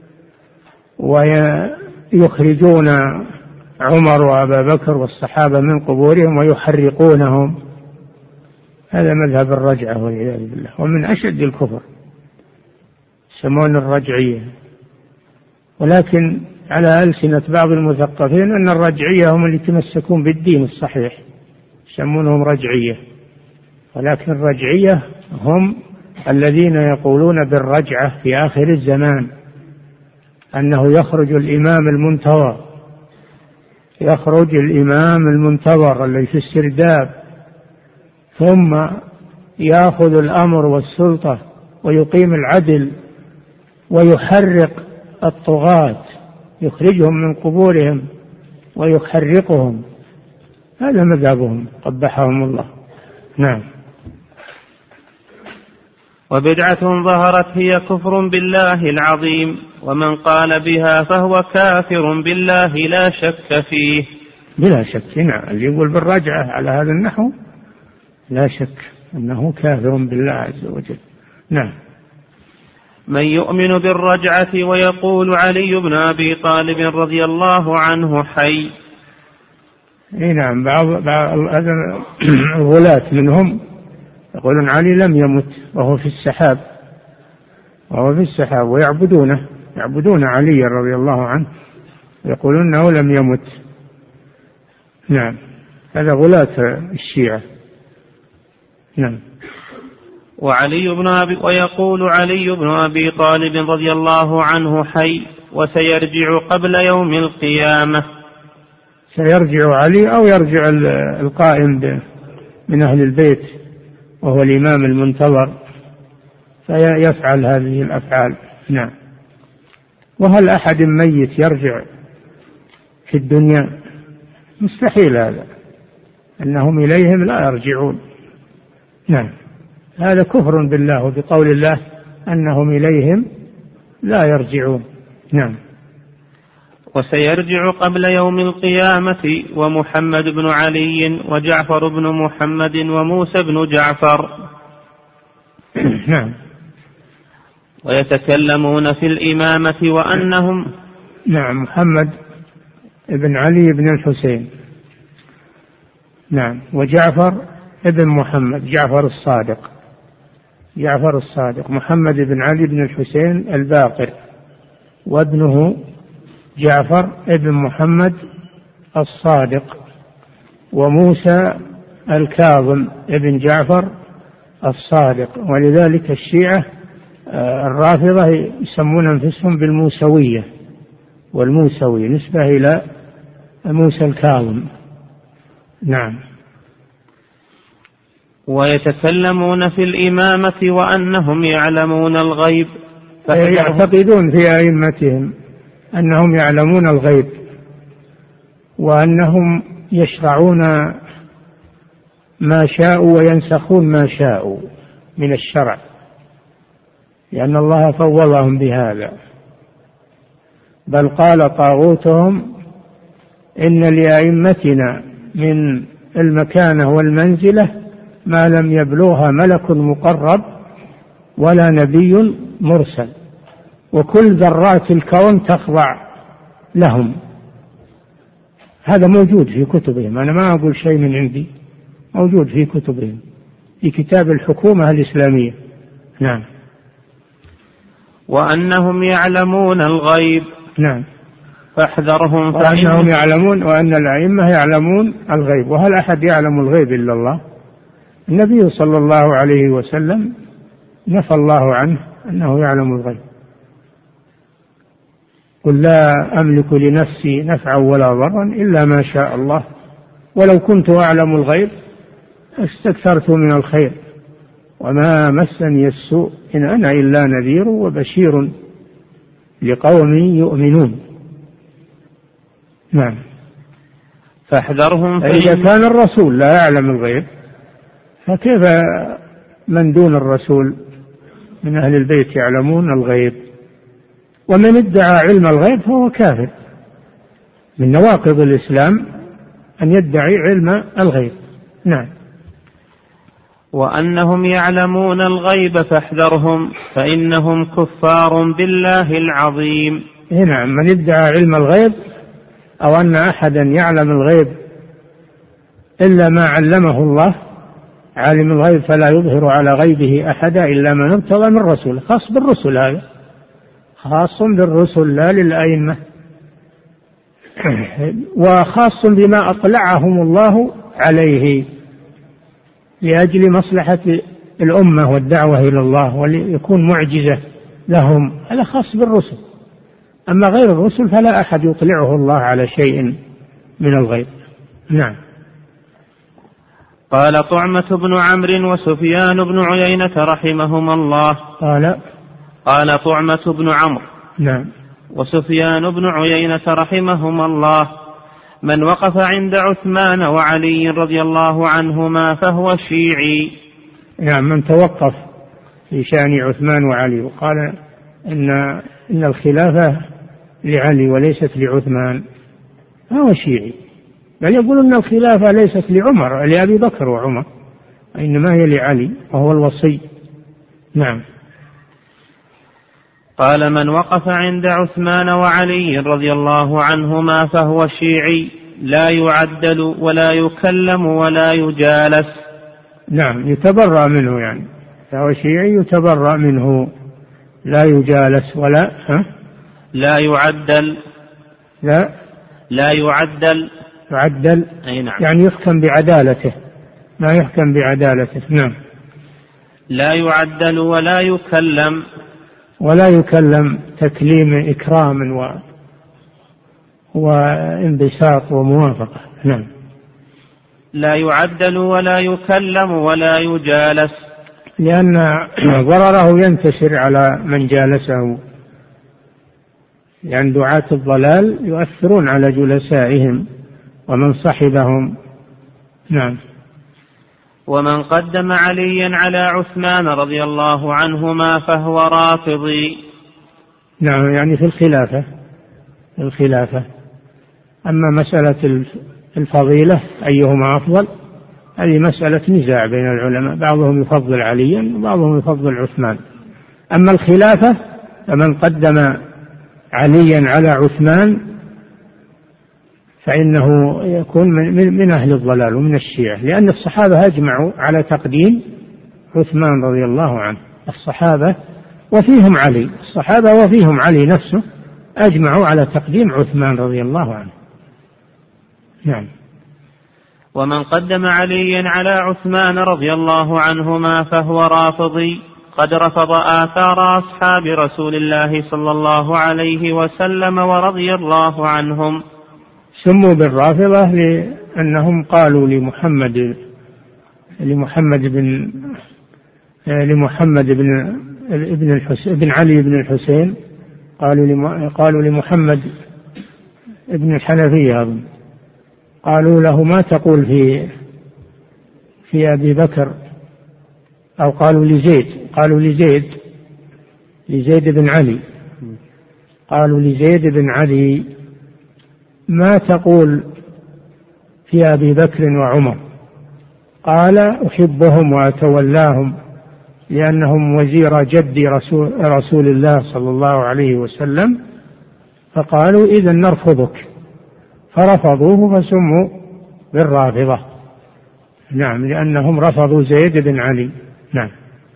ويخرجون عمر وأبا بكر والصحابة من قبورهم ويحرقونهم. هذا مذهب الرجعة والعياذ بالله، ومن أشد الكفر، يسمون الرجعية. ولكن على ألسنة بعض المثقفين أن الرجعية هم اللي يتمسكون بالدين الصحيح، يسمونهم رجعية، ولكن الرجعية هم الذين يقولون بالرجعة في آخر الزمان، أنه يخرج الإمام المنتظر، يخرج الإمام المنتظر الذي في السرداب، ثم يأخذ الأمر والسلطة ويقيم العدل ويحرق الطغاة، يخرجهم من قبورهم ويحرقهم. هذا مذهبهم قبحهم الله. نعم. وبدعة ظهرت هي كفر بالله العظيم، ومن قال بها فهو كافر بالله لا شك فيه. بلا شك. نعم. اللي يقول بالرجعة على هذا النحو لا شك أنه كافر بالله عز وجل. نعم. من يؤمن بالرجعة ويقول علي بن أبي طالب رضي الله عنه حي. نعم. بعض الغلاة منهم يقولون علي لم يمت وهو في السحاب، وهو في السحاب، ويعبدونه، يعبدون علي رضي الله عنه، يقولون أنه لم يمت. نعم. هذا غلاة الشيعة. نعم. ويقول علي بن أبي طالب رضي الله عنه حي وسيرجع قبل يوم القيامة. سيرجع علي أو يرجع القائم من أهل البيت وهو الإمام المنتظر، فيفعل هذه الأفعال. نعم. وهل أحد ميت يرجع في الدنيا؟ مستحيل هذا، أنهم إليهم لا يرجعون. نعم، هذا كفر بالله وبقول الله أنهم إليهم لا يرجعون. نعم. وسيرجع قبل يوم القيامة ومحمد بن علي وجعفر بن محمد وموسى بن جعفر. نعم. ويتكلمون في الإمامة وأنهم نعم محمد بن علي بن الحسين. نعم. وجعفر ابن محمد، جعفر الصادق، جعفر الصادق، محمد بن علي بن الحسين الباقر، وابنه جعفر ابن محمد الصادق، وموسى الكاظم ابن جعفر الصادق. ولذلك الشيعة الرافضة يسمون أنفسهم بالموسوية، والموسوي نسبة إلى موسى الكاظم. نعم. ويتكلمون في الإمامة وأنهم يعلمون الغيب، يعتقدون في أئمتهم أنهم يعلمون الغيب، وأنهم يشرعون ما شاءوا وينسخون ما شاءوا من الشرع، لأن الله فوضهم بهذا. بل قال طاغوتهم إن لأئمتنا من المكانة والمنزلة ما لم يبلغها ملك مقرب ولا نبي مرسل، وكل ذرات الكون تخضع لهم. هذا موجود في كتبهم، أنا ما أقول شيء من عندي، موجود في كتبهم، في كتاب الحكومة الإسلامية. نعم. وأنهم يعلمون الغيب. نعم. فاحذرهم، وأنهم يعلمون، وأن الأئمة يعلمون الغيب. وهل أحد يعلم الغيب إلا الله؟ النبي صلى الله عليه وسلم نفى الله عنه أنه يعلم الغيب. قل لا أملك لنفسي نفعا ولا ضرا إلا ما شاء الله، ولو كنت أعلم الغيب استكثرت من الخير وما مسني السوء إن أنا إلا نذير وبشير لقوم يؤمنون. نعم. فاحذرهم، إذا كان الرسول لا يعلم الغيب فكيف من دون الرسول من أهل البيت يعلمون الغيب؟ ومن ادعى علم الغيب فهو كافر. من نواقض الإسلام أن يدعي علم الغيب. نعم. وأنهم يعلمون الغيب فاحذرهم فإنهم كفار بالله العظيم. نعم. من ادعى علم الغيب أو أن أحدا يعلم الغيب إلا ما علمه الله، عالم الغيب فلا يظهر على غيبه أحدا إلا من ارتضى من رسول. خاص بالرسل، هذا خاص بالرسل لا للأئمة، وخاص بما أطلعهم الله عليه لأجل مصلحة الأمة والدعوة إلى الله وليكون معجزة لهم، هذا خاص بالرسل. أما غير الرسل فلا أحد يطلعه الله على شيء من الغيب. نعم. قال طعمة بن عمرو وسفيان بن عيينة رحمهما الله. قال طعمة بن عمرو نعم وسفيان بن عيينة رحمهما الله: من وقف عند عثمان وعلي رضي الله عنهما فهو شيعي. نعم. من توقف في شأن عثمان وعلي وقال إن الخلافة لعلي وليست لعثمان فهو شيعي، بل يقول أن الخلافة ليست لعمر لأبي بكر وعمر، إنما هي لعلي وهو الوصي. نعم. قال: من وقف عند عثمان وعلي رضي الله عنهما فهو شيعي، لا يعدل ولا يكلم ولا يجالس. نعم. يتبرأ منه، يعني فهو شيعي يتبرأ منه، لا يجالس ولا لا يعدل. لا يعدل. يعدل أي نعم. يعني يحكم بعدالته، ما يحكم بعدالته. نعم. لا يعدل ولا يكلم تكليم إكرام وانبساط وموافقة. نعم. لا يعدل ولا يكلم ولا يجالس، لأن ضرره ينتشر على من جالسه، لأن دعاة الضلال يؤثرون على جلسائهم ومن صحبهم. نعم. ومن قدم عليا على عثمان رضي الله عنهما فهو رافضي. نعم، يعني في الخلافة. أما مسألة الفضيلة أيهما أفضل، هذه مسألة نزاع بين العلماء، بعضهم يفضل عليا وبعضهم يفضل عثمان. أما الخلافة فمن قدم عليا على عثمان فإنه يكون من أهل الضلال ومن الشيعة، لأن الصحابة أجمعوا على تقديم عثمان رضي الله عنه. الصحابة وفيهم علي، الصحابة وفيهم علي نفسه أجمعوا على تقديم عثمان رضي الله عنه. نعم. ومن قدم عليا على عثمان رضي الله عنهما فهو رافضي، قد رفض آثار أصحاب رسول الله صلى الله عليه وسلم ورضي الله عنهم. سموا بالرافضة لأنهم قالوا لمحمد بن علي بن الحسين، قالوا لمحمد بن الحنفية، قالوا له ما تقول في أبي بكر، أو قالوا لزيد بن علي، قالوا لزيد بن علي ما تقول في أبي بكر وعمر؟ قال أحبهم وأتولاهم لأنهم وزير جد رسول الله صلى الله عليه وسلم. فقالوا إذن نرفضك، فرفضوه فسموا بالرافضة. نعم، لأنهم رفضوا زيد بن علي. نعم.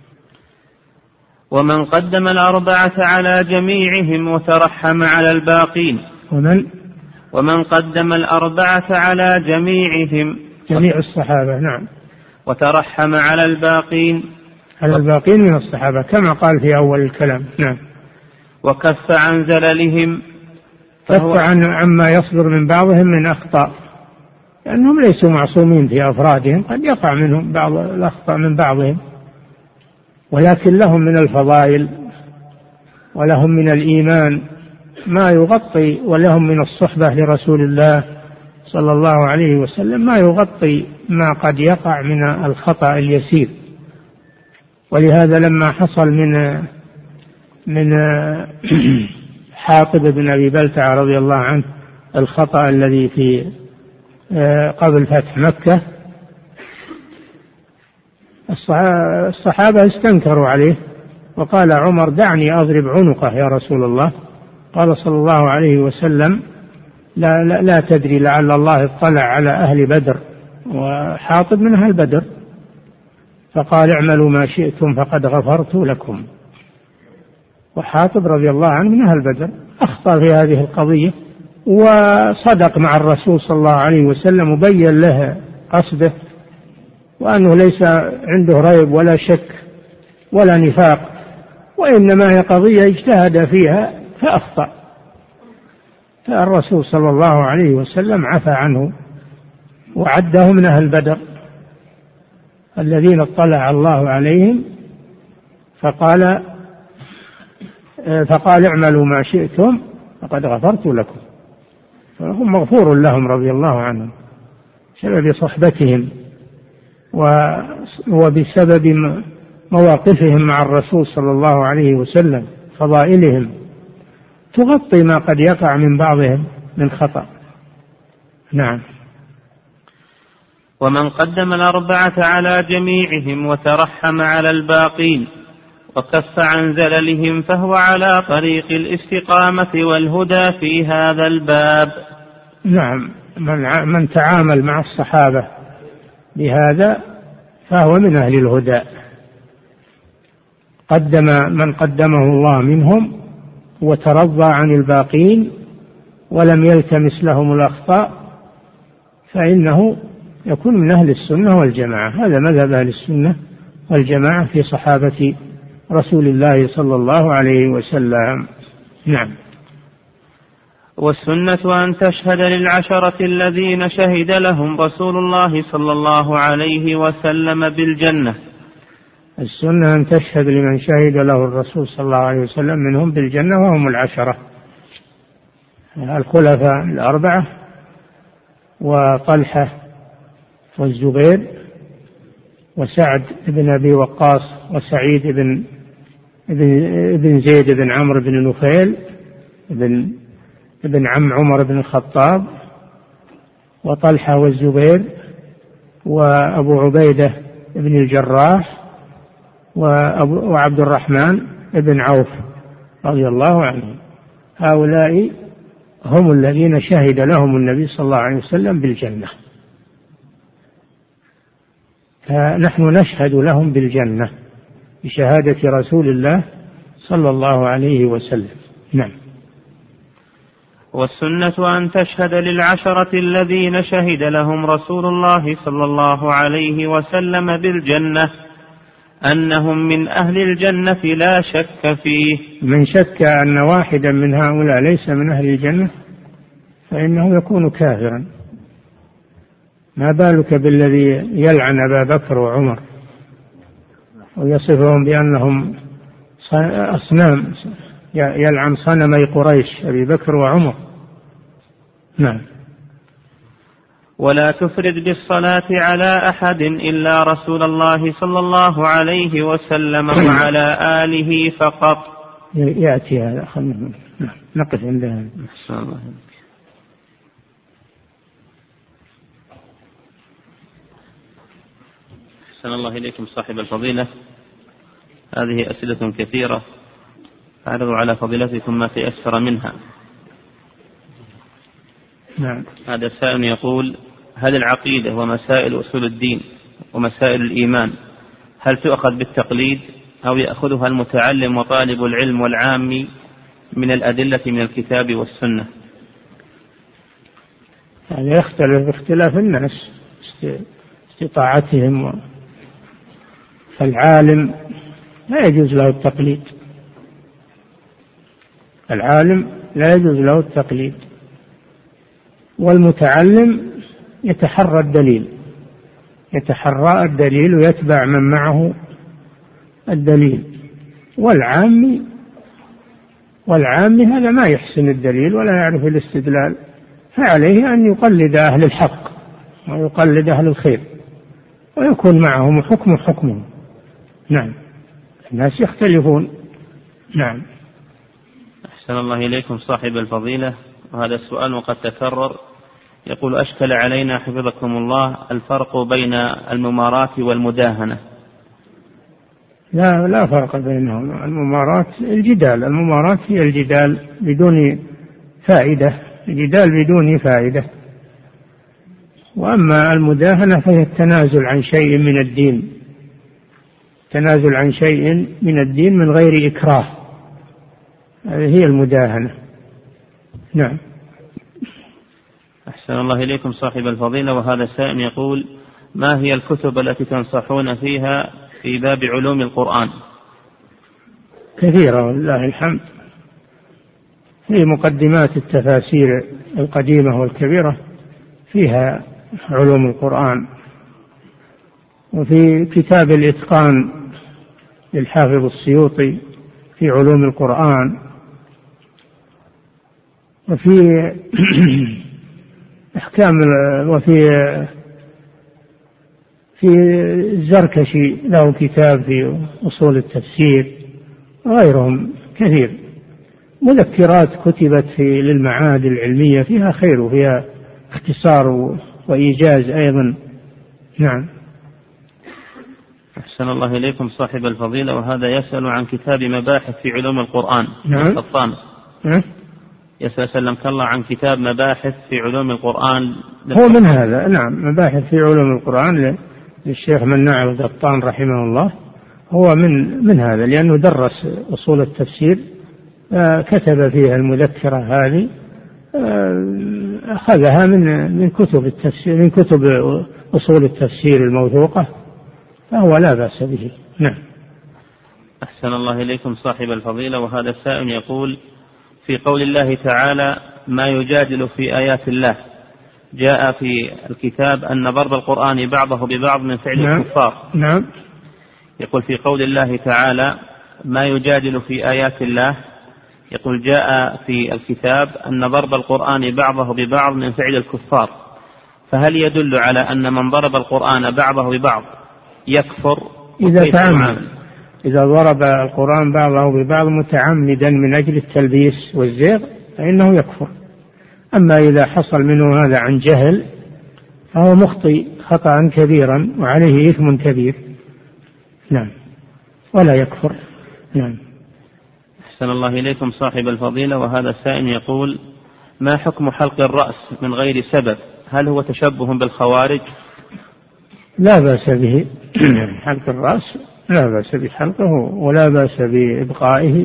ومن قدم الأربعة على جميعهم وترحم على الباقين. ومن قدم الأربعة على جميعهم، جميع الصحابة. نعم. وترحم على الباقين من الصحابة كما قال في أول الكلام. نعم. وكف عن زللهم، كف عما يصدر من بعضهم من أخطاء، لأنهم ليسوا معصومين في أفرادهم، قد يقع منهم بعض الأخطاء من بعضهم، ولكن لهم من الفضائل ولهم من الإيمان ما يغطي، ولهم من الصحبة لرسول الله صلى الله عليه وسلم ما يغطي ما قد يقع من الخطأ اليسير. ولهذا لما حصل من حاطب بن أبي بلتع رضي الله عنه الخطأ الذي في قبل فتح مكة، الصحابة استنكروا عليه، وقال عمر دعني أضرب عنقه يا رسول الله. قال صلى الله عليه وسلم لا تدري لعل الله اطلع على أهل بدر، وحاطب من أهل بدر، فقال اعملوا ما شئتم فقد غفرت لكم. وحاطب رضي الله عنه من أهل بدر أخطأ في هذه القضية، وصدق مع الرسول صلى الله عليه وسلم وبين له قصده، وأنه ليس عنده ريب ولا شك ولا نفاق، وإنما هي قضية اجتهد فيها فأخطأ. فالرسول صلى الله عليه وسلم عفى عنه وعده من أهل بدر الذين اطلع الله عليهم، فقال اعملوا ما شئتم فقد غفرت لكم. فهم مغفور لهم رضي الله عنهم بسبب صحبتهم وبسبب مواقفهم مع الرسول صلى الله عليه وسلم، فضائلهم تغطي ما قد يقع من بعضهم من خطأ. نعم. ومن قدم الأربعة على جميعهم وترحم على الباقين وكف عن زللهم فهو على طريق الاستقامة والهدى في هذا الباب. نعم، من تعامل مع الصحابة بهذا فهو من أهل الهدى. قدم من قدمه الله منهم وترضى عن الباقين ولم يلتمس لهم الأخطاء، فإنه يكون من أهل السنة والجماعة. هذا مذهب أهل السنة والجماعة في صحابة رسول الله صلى الله عليه وسلم. نعم. والسنة أن تشهد للعشرة الذين شهد لهم رسول الله صلى الله عليه وسلم بالجنة. السنة أن تشهد لمن شهد له الرسول صلى الله عليه وسلم منهم بالجنة، وهم العشرة الخلفاء الأربعة، وطلحة والزبير وسعد بن أبي وقاص وسعيد بن زيد بن عمرو بن نفيل ابن عم عمر بن الخطاب، وطلحة والزبير وأبو عبيدة بن الجراح وعبد الرحمن بن عوف رضي الله عنهم. هؤلاء هم الذين شهد لهم النبي صلى الله عليه وسلم بالجنة، فنحن نشهد لهم بالجنة بشهادة رسول الله صلى الله عليه وسلم. نعم. والسنة أن تشهد للعشرة الذين شهد لهم رسول الله صلى الله عليه وسلم بالجنة أنهم من أهل الجنة لا شك فيه. من شك أن واحدا من هؤلاء ليس من أهل الجنة فإنه يكون كافرا. ما بالك بالذي يلعن أبا بكر وعمر ويصفهم بأنهم أصنام، يلعن صنمي قريش أبي بكر وعمر. نعم. ولا تفرد بالصلاة على أحد إلا رسول الله صلى الله عليه وسلم وعلى آله فقط. يأتي هذا. نقف عندها. أحسن الله إليكم صاحب الفضيلة. هذه أسئلة كثيرة، أعرض على فضيلتكم ما تيسر منها. نعم. هذا سائل يقول: هل العقيدة ومسائل أصول الدين ومسائل الإيمان هل تؤخذ بالتقليد أو يأخذها المتعلم وطالب العلم والعام من الأدلة من الكتاب والسنة؟ هذا يختلف باختلاف الناس استطاعتهم، فالعالم لا يجوز له التقليد، العالم لا يجوز له التقليد، والمتعلم يتحرى الدليل ويتبع من معه الدليل، والعام هذا ما يحسن الدليل ولا يعرف الاستدلال، فعليه أن يقلد أهل الحق ويقلد أهل الخير ويكون معهم حكمه. نعم. الناس يختلفون. نعم. أحسن الله إليكم صاحب الفضيلة. وهذا السؤال وقد تكرر، يقول: أشكل علينا حفظكم الله الفرق بين الممارات والمداهنة. لا فرق بينهم. الممارات هي الجدال بدون فائدة، وأما المداهنة فهي التنازل عن شيء من الدين من غير إكراه، هذه هي المداهنة. نعم. أحسن الله إليكم صاحب الفضيلة. وهذا سائل يقول: ما هي الكتب التي تنصحون فيها في باب علوم القرآن؟ كثيرة والله الحمد. في مقدمات التفاسير القديمة والكبيرة فيها علوم القرآن، وفي كتاب الإتقان للحافظ السيوطي في علوم القرآن، وفي أحكام، في الزركشي له كتاب في أصول التفسير، وغيرهم كثير. مذكرات كتبت للمعاهد العلمية فيها خير وفيها اختصار وإيجاز أيضا. نعم. أحسن الله إليكم صاحب الفضيلة. وهذا يسأل عن كتاب مباحث في علوم القرآن. نعم. يسأل سلمك الله عن كتاب مباحث في علوم القرآن. هو من هذا. نعم. مباحث في علوم القرآن للشيخ مناع القطان رحمه الله، هو من هذا، لأنه درس أصول التفسير، كتب فيها المذكرة هذه، أخذها من كتب التفسير، من كتب أصول التفسير الموثوقة، فهو لا بأس به. نعم. أحسن الله إليكم صاحب الفضيلة. وهذا السائل يقول: في قول الله تعالى: ما يجادل في آيات الله. جاء في الكتاب أن ضرب القرآن بعضه ببعض من فعل الكفار. نعم. يقول في قول الله تعالى ما يجادل في آيات الله، يقول جاء في الكتاب أن ضرب القرآن بعضه ببعض من فعل الكفار، فهل يدل على أن من ضرب القرآن بعضه ببعض يكفر؟ إذا ضرب القرآن بعضه ببعض متعمدا من أجل التلبيس والزيغ فإنه يكفر. أما إذا حصل منه هذا عن جهل فهو مخطئ خطأ كبيرا وعليه إثم كبير. نعم، ولا يكفر. نعم. أحسن الله إليكم صاحب الفضيلة. وهذا السائل يقول ما حكم حلق الرأس من غير سبب؟ هل هو تشبه بالخوارج؟ لا بأس به. حلق الرأس لا بأس بحلقه ولا بأس بإبقائه،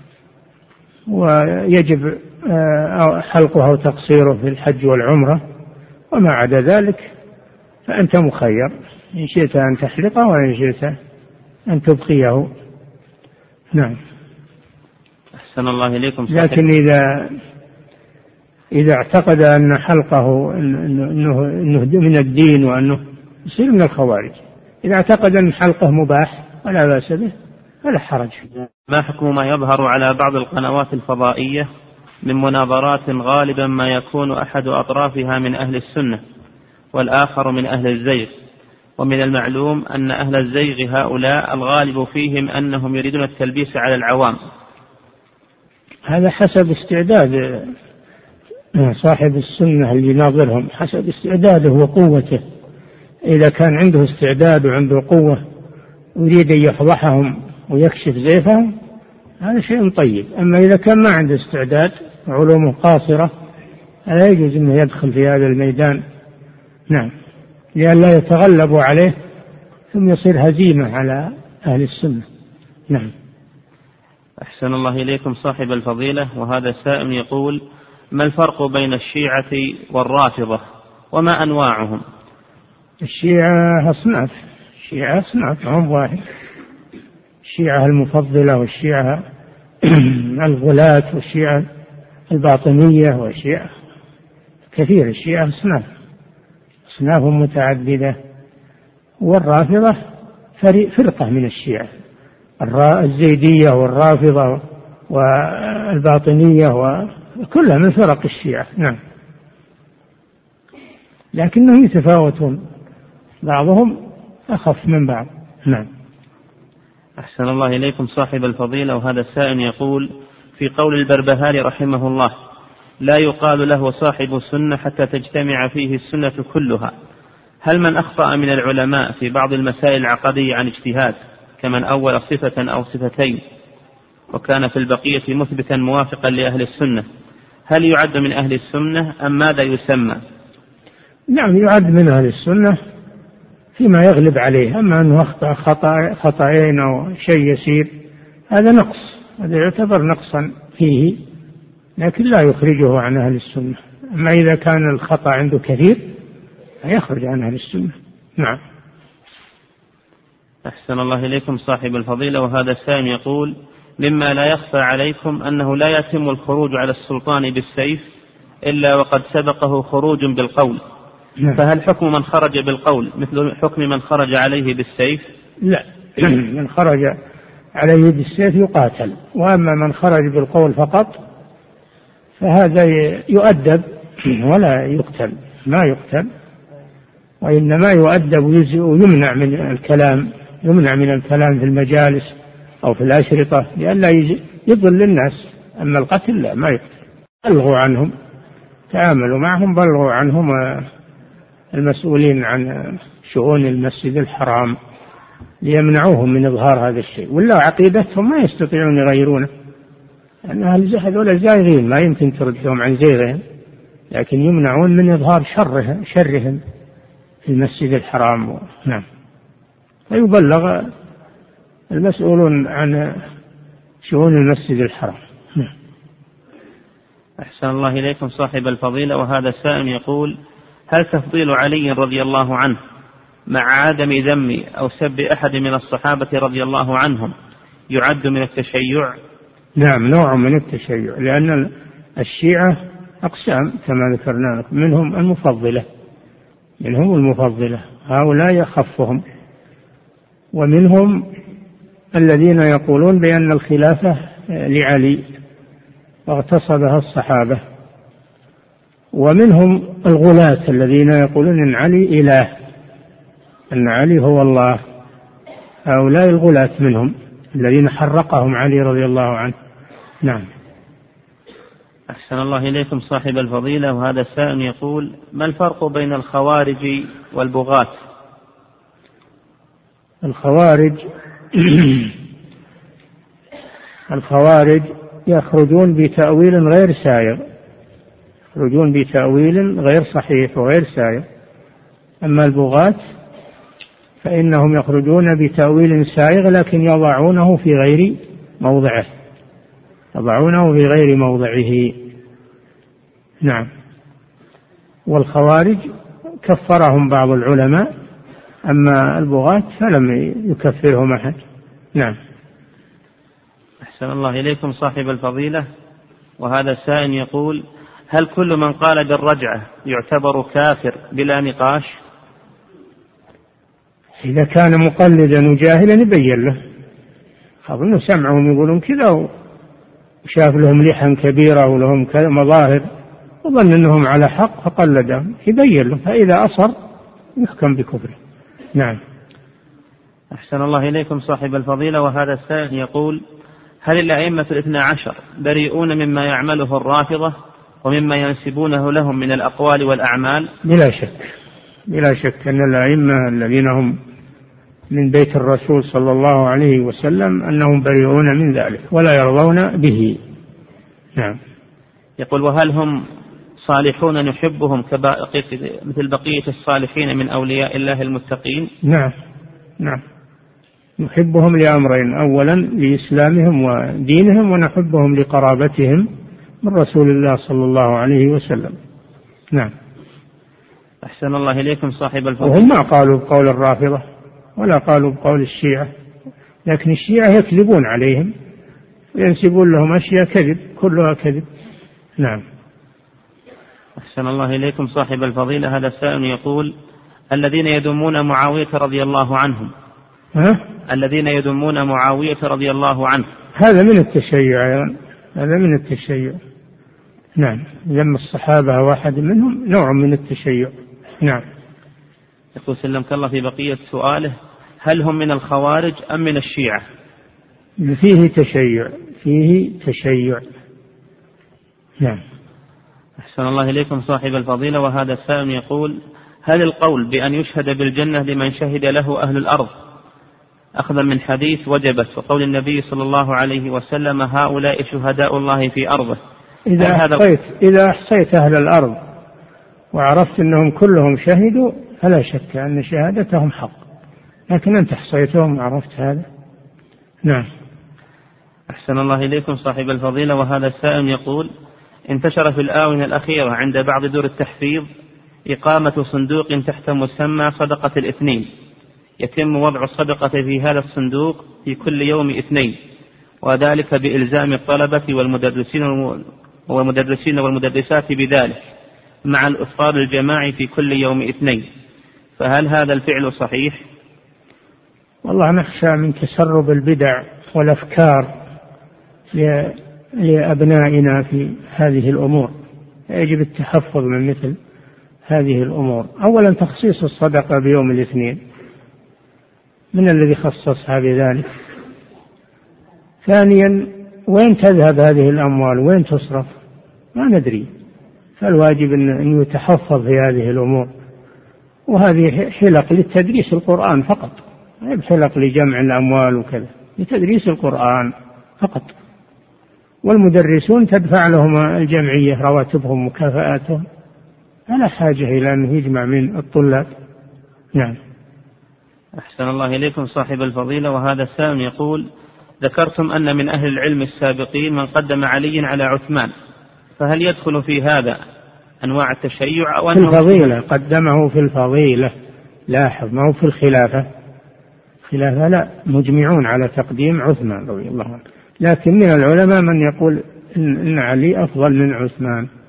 ويجب حلقه أو تقصيره في الحج والعمرة، وما عدا ذلك فأنت مخير، إن شئت أن تحلقه وإن شئت أن تبقيه. نعم. أحسن الله إليكم. لكن إذا اعتقد أن حلقه إنه من الدين وأنه يصير من الخوارج. إذا اعتقد أن حلقه مباح ولا بأس به فلا حرج. ما حكم ما يظهر على بعض القنوات الفضائية من مناظرات غالبا ما يكون أحد أطرافها من أهل السنة والآخر من أهل الزيغ، ومن المعلوم أن أهل الزيغ هؤلاء الغالب فيهم أنهم يريدون التلبيس على العوام؟ هذا حسب استعداد صاحب السنة اللي يناظرهم، حسب استعداده وقوته. إذا كان عنده استعداد وعنده قوة ويريد أن يفضحهم ويكشف زيفهم هذا شيء طيب. أما إذا كان ما عنده استعداد وعلومه قاصرة لا يجوز أنه يدخل في هذا الميدان. نعم، لئلا يتغلبوا عليه ثم يصير هزيمة على أهل السنة. نعم. أحسن الله إليكم صاحب الفضيلة. وهذا السائل يقول ما الفرق بين الشيعة والرافضة وما أنواعهم؟ الشيعة أصناف هم واحد، الشيعة المفضلة والشيعة الغلاة والشيعة الباطنية والشيعة كثير. الشيعة أصناف متعددة، والرافضة فرقة من الشيعة، الزيدية والرافضة والباطنية وكلها من فرق الشيعة. نعم، لكنهم يتفاوتون، بعضهم أخف من بعض. نعم. أحسن الله إليكم صاحب الفضيلة. وهذا السائل يقول في قول البربهاري رحمه الله لا يقال له صاحب السنة حتى تجتمع فيه السنة كلها، هل من أخطأ من العلماء في بعض المسائل العقدية عن اجتهاد كمن أول صفة أو صفتين وكان في البقية مثبتا موافقا لأهل السنة، هل يعد من أهل السنة أم ماذا يسمى؟ نعم، يعد من أهل السنة فيما يغلب عليه. أما أنه أخطأ خطأين أو شيء يسير هذا نقص، هذا يعتبر نقصا فيه، لكن لا يخرجه عن أهل السنة. أما إذا كان الخطأ عنده كثير يخرج عن أهل السنة. نعم. أحسن الله إليكم صاحب الفضيلة. وهذا السائل يقول مما لا يخفى عليكم أنه لا يتم الخروج على السلطان بالسيف إلا وقد سبقه خروج بالقول، فهل حكم من خرج بالقول مثل حكم من خرج عليه بالسيف؟ لا، من خرج عليه بالسيف يقاتل، وأما من خرج بالقول فقط فهذا يؤدب ولا يقتل، ما يقتل، وإنما يؤدب ويمنع من الكلام في المجالس أو في الأشرطة لئلا يضل الناس. أما القتل لا، ما يقتل. بلغوا عنهم، تعاملوا معهم، بلغوا عنهم المسؤولين عن شؤون المسجد الحرام ليمنعوهم من إظهار هذا الشيء، ولا عقيدتهم ما يستطيعون يغيرونه، لأن أهل هذول زائغين ما يمكن تردهم عن زيغهم، لكن يمنعون من إظهار شرهم في المسجد الحرام. نعم. فيبلغ المسؤولون عن شؤون المسجد الحرام. نعم. أحسن الله إليكم صاحب الفضيلة. وهذا السائل يقول هل تفضيل علي رضي الله عنه مع عدم ذم أو سب أحد من الصحابة رضي الله عنهم يعد من التشيع؟ نعم، نوع من التشيع، لأن الشيعة أقسام كما ذكرنا لكم، منهم المفضلة هؤلاء يخفهم، ومنهم الذين يقولون بأن الخلافة لعلي واغتصبها الصحابة، ومنهم الغلاة الذين يقولون أن علي إله، أن علي هو الله. هؤلاء الغلاة منهم الذين حرقهم علي رضي الله عنه. نعم. أحسن الله إليكم صاحب الفضيلة، وهذا السائل يقول: ما الفرق بين الخوارج والبغاة؟ الخوارج يخرجون بتأويل غير سائغ، يخرجون بتأويل غير صحيح وغير سائغ. أما البغاة فإنهم يخرجون بتأويل سائغ لكن يضعونه في غير موضعه. نعم. والخوارج كفرهم بعض العلماء، أما البغاة فلم يكفرهم أحد. نعم. أحسن الله إليكم صاحب الفضيلة، وهذا السائل يقول: هل كل من قال بالرجعة يعتبر كافر بلا نقاش؟ إذا كان مقلدا وجاهلا يبين له، أظن سمعهم يقولون كذا وشاف لهم لحم كبيرة ولهم كذا مظاهر وظن أنهم على حق فقلدهم، يبين له، فإذا أصر يحكم بكفره. نعم. أحسن الله إليكم صاحب الفضيلة، وهذا السائل يقول: هل الأئمة 12 بريئون مما يعمله الرافضة ومما ينسبونه لهم من الأقوال والأعمال؟ بلا شك أن الأئمة الذين هم من بيت الرسول صلى الله عليه وسلم أنهم بريئون من ذلك ولا يرضون به. نعم. يقول: وهل هم صالحون نحبهم مثل بقية الصالحين من أولياء الله المتقين؟ نعم نحبهم لأمرين: أولا لإسلامهم ودينهم، ونحبهم لقرابتهم من رسول الله صلى الله عليه وسلم. نعم. أحسن الله إليكم صاحب الفضيلة، وهم ما قالوا بقول الرافضة ولا قالوا بقول الشيعة، لكن الشيعة يكذبون عليهم وينسبون لهم أشياء كذب، كلها كذب. نعم. أحسن الله إليكم صاحب الفضيلة، هذا السائل يقول: الذين يذمون معاوية رضي الله عنهم، الذين يذمون معاوية رضي الله عنه، هذا من التشيع. نعم. ذم الصحابة واحد منهم نوع من التشيع. نعم. يقول سلمك الله في بقية سؤاله: هل هم من الخوارج أم من الشيعة؟ فيه تشيع. نعم. أحسن الله إليكم صاحب الفضيلة، وهذا السائل يقول: هل القول بأن يشهد بالجنة لمن شهد له أهل الأرض أخذا من حديث وجبت وقول النبي صلى الله عليه وسلم: هؤلاء شهداء الله في أرضه؟ إذا أحصيت أهل الأرض وعرفت أنهم كلهم شهدوا فلا شك أن شهادتهم حق، لكن أنت أحصيتهم وعرفت هذا. نعم. أحسن الله إليكم صاحب الفضيلة، وهذا السائل يقول: انتشر في الآونة الأخيرة عند بعض دور التحفيظ إقامة صندوق تحت مسمى صدقة الاثنين، يتم وضع الصدقة في هذا الصندوق في كل يوم اثنين، وذلك بإلزام الطلبة والمدرسين والمدرسات بذلك مع الإفطار الجماعي في كل يوم اثنين، فهل هذا الفعل صحيح؟ والله نخشى من تسرب البدع والأفكار لأبنائنا في هذه الأمور، يجب التحفظ من مثل هذه الأمور. أولا تخصيص الصدقة بيوم الاثنين، من الذي خصصها بذلك؟ ثانيا وين تذهب هذه الأموال، وين تصرف؟ ما ندري، فالواجب أن يتحفظ في هذه الأمور. وهذه حلق للتدريس القرآن فقط، ما حلق لجمع الأموال وكذا، لتدريس القرآن فقط. والمدرسون تدفع لهم الجمعية رواتبهم ومكافآتهم، لا حاجة إلى أن يجمع من الطلاب. نعم. أحسن الله إليكم صاحب الفضيلة، وهذا السائل يقول: ذكرتم أن من أهل العلم السابقين من قدم علي على عثمان، فهل يدخل في هذا أنواع التشيع أو أنه في الفضيلة؟ قدمه في الفضيلة، لاحظ، ما هو في الخلافة. خلافة لا، مجمعون على تقديم عثمان رضي الله عنه، لكن من العلماء من يقول إن علي أفضل من عثمان،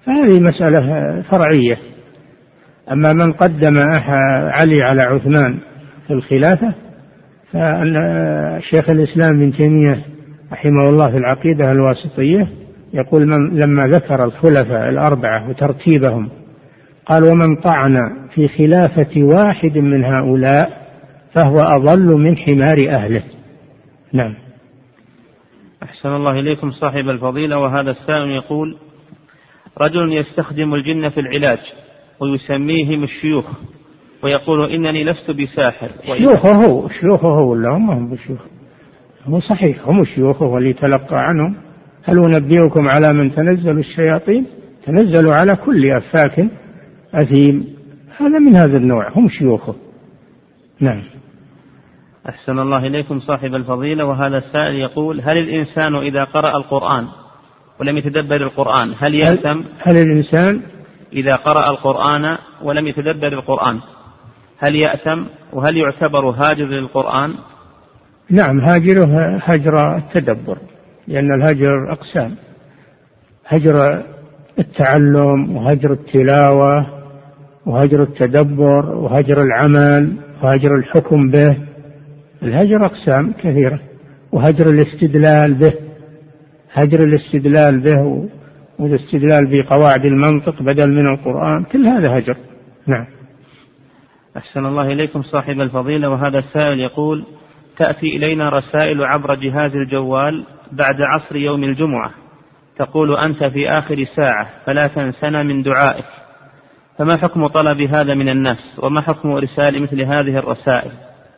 فهذه مسألة فرعية. أما من قدم علي على عثمان في الخلافة، فأن شيخ الإسلام ابن تيمية رحمه الله في العقيدة الواسطية يقول لما ذكر الخلفاء الأربعة وترتيبهم قال: ومن طعن في خلافة واحد من هؤلاء فهو أضل من حمار أهله. نعم. أحسن الله إليكم صاحب الفضيلة. وهذا السائل يقول: رجل يستخدم الجن في العلاج ويسميهم الشيوخ ويقول إنني لست بساحر. شيوخه ولا هم بشيوخ؟ هو صحيح هم شيوخه واللي تلقى عنهم. هل ننبئكم على من تنزل الشياطين؟ تنزلوا على كل أفاك أثيم. هذا من هذا النوع، هم شيوخه. نعم. أحسن الله إليكم صاحب الفضيلة. وهذا السائل يقول: هل الإنسان إذا قرأ القرآن ولم يتدبر القرآن هل يأثم؟ هل الإنسان إذا قرأ القرآن ولم يتدبر القرآن هل يأثم؟ وهل يعتبر هاجر للقرآن؟ نعم، هاجره هجر التدبر، لأن الهجر أقسام: هجر التعلم، وهجر التلاوة، وهجر التدبر، وهجر العمل، وهجر الحكم به. الهجر أقسام كثيرة. وهجر الاستدلال به، هجر الاستدلال به والاستدلال بقواعد المنطق بدل من القرآن، كل هذا هجر. نعم. أحسن الله إليكم صاحب الفضيلة. وهذا السائل يقول: تأتي إلينا رسائل عبر جهاز الجوال بعد عصر يوم الجمعة تقول: أنت في آخر ساعة فلا تنسنا من دعائك، فما حكم طلب هذا من الناس؟ وما حكم إرسال مثل هذه الرسائل؟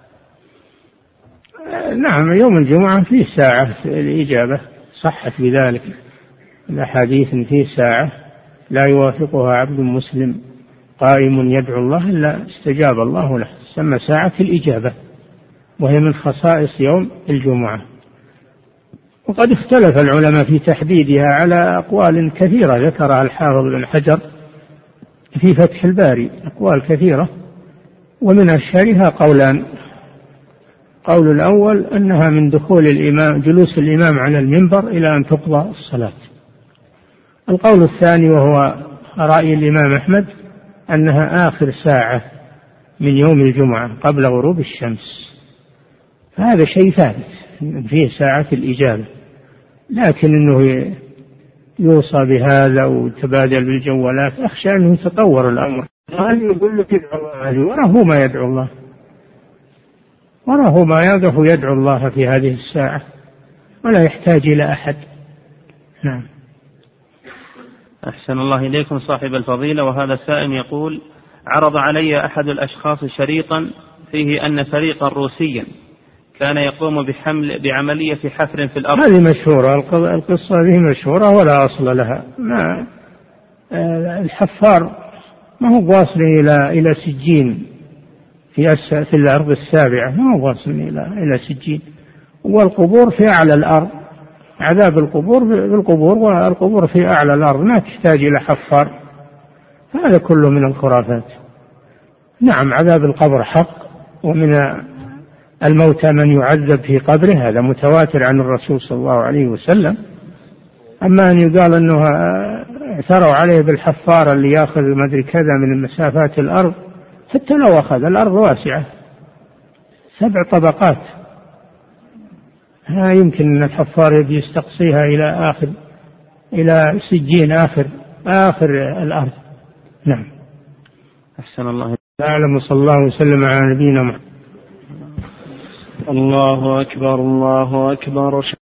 نعم، يوم الجمعة فيه ساعة الإجابة، صحت بذلك الأحاديث فيه ساعة لا يوافقها عبد مسلم قائم يدعو الله إلا استجاب الله له، تسمى ساعة الإجابة، وهي من خصائص يوم الجمعة. وقد اختلف العلماء في تحديدها على أقوال كثيرة ذكرها الحافظ بن حجر في فتح الباري، أقوال كثيرة، ومن أشهرها قولان: قول الأول أنها من دخول الإمام، جلوس الإمام على المنبر إلى أن تقضى الصلاة. القول الثاني وهو رأي الإمام أحمد أنها آخر ساعة من يوم الجمعة قبل غروب الشمس. فهذا شيء ثابت فيه ساعة الإجابة، لكن أنه يوصى بهذا وتبادل بالجوالات أخشى أنه يتطور الأمر. هذا يقول لك ادعو الله، وراه ما يدعو الله، وراه ما يقف يدعو الله في هذه الساعة ولا يحتاج إلى أحد. نعم. أحسن الله إليكم صاحب الفضيلة. وهذا السائل يقول: عرض علي أحد الأشخاص شريطا فيه أن فريقا روسيا كان يقوم بعملية حفر في الأرض. هذه مشهورة، القصة هذه مشهورة ولا أصل لها. الحفار ما هو واصل إلى سجين في الأرض السابعة، ما هو واصل إلى سجين، والقبور في أعلى الأرض، عذاب القبور بالقبور، والقبور في أعلى الأرض، ما تحتاج إلى حفار. هذا كله من الخرافات. نعم، عذاب القبر حق، ومن الموتى من يعذب في قبره، هذا متواتر عن الرسول صلى الله عليه وسلم. أما أن يقال أنه اعتروا عليه بالحفار اللي يأخذ مدري كذا من مسافات الأرض، حتى لو أخذ، الأرض واسعة 7 طبقات، لا يمكن أن الحفار يستقصيها إلى سجين آخر الأرض. نعم. أحسن الله. أعلم. صلى الله وسلم على نبينا محمد. الله أكبر، الله أكبر.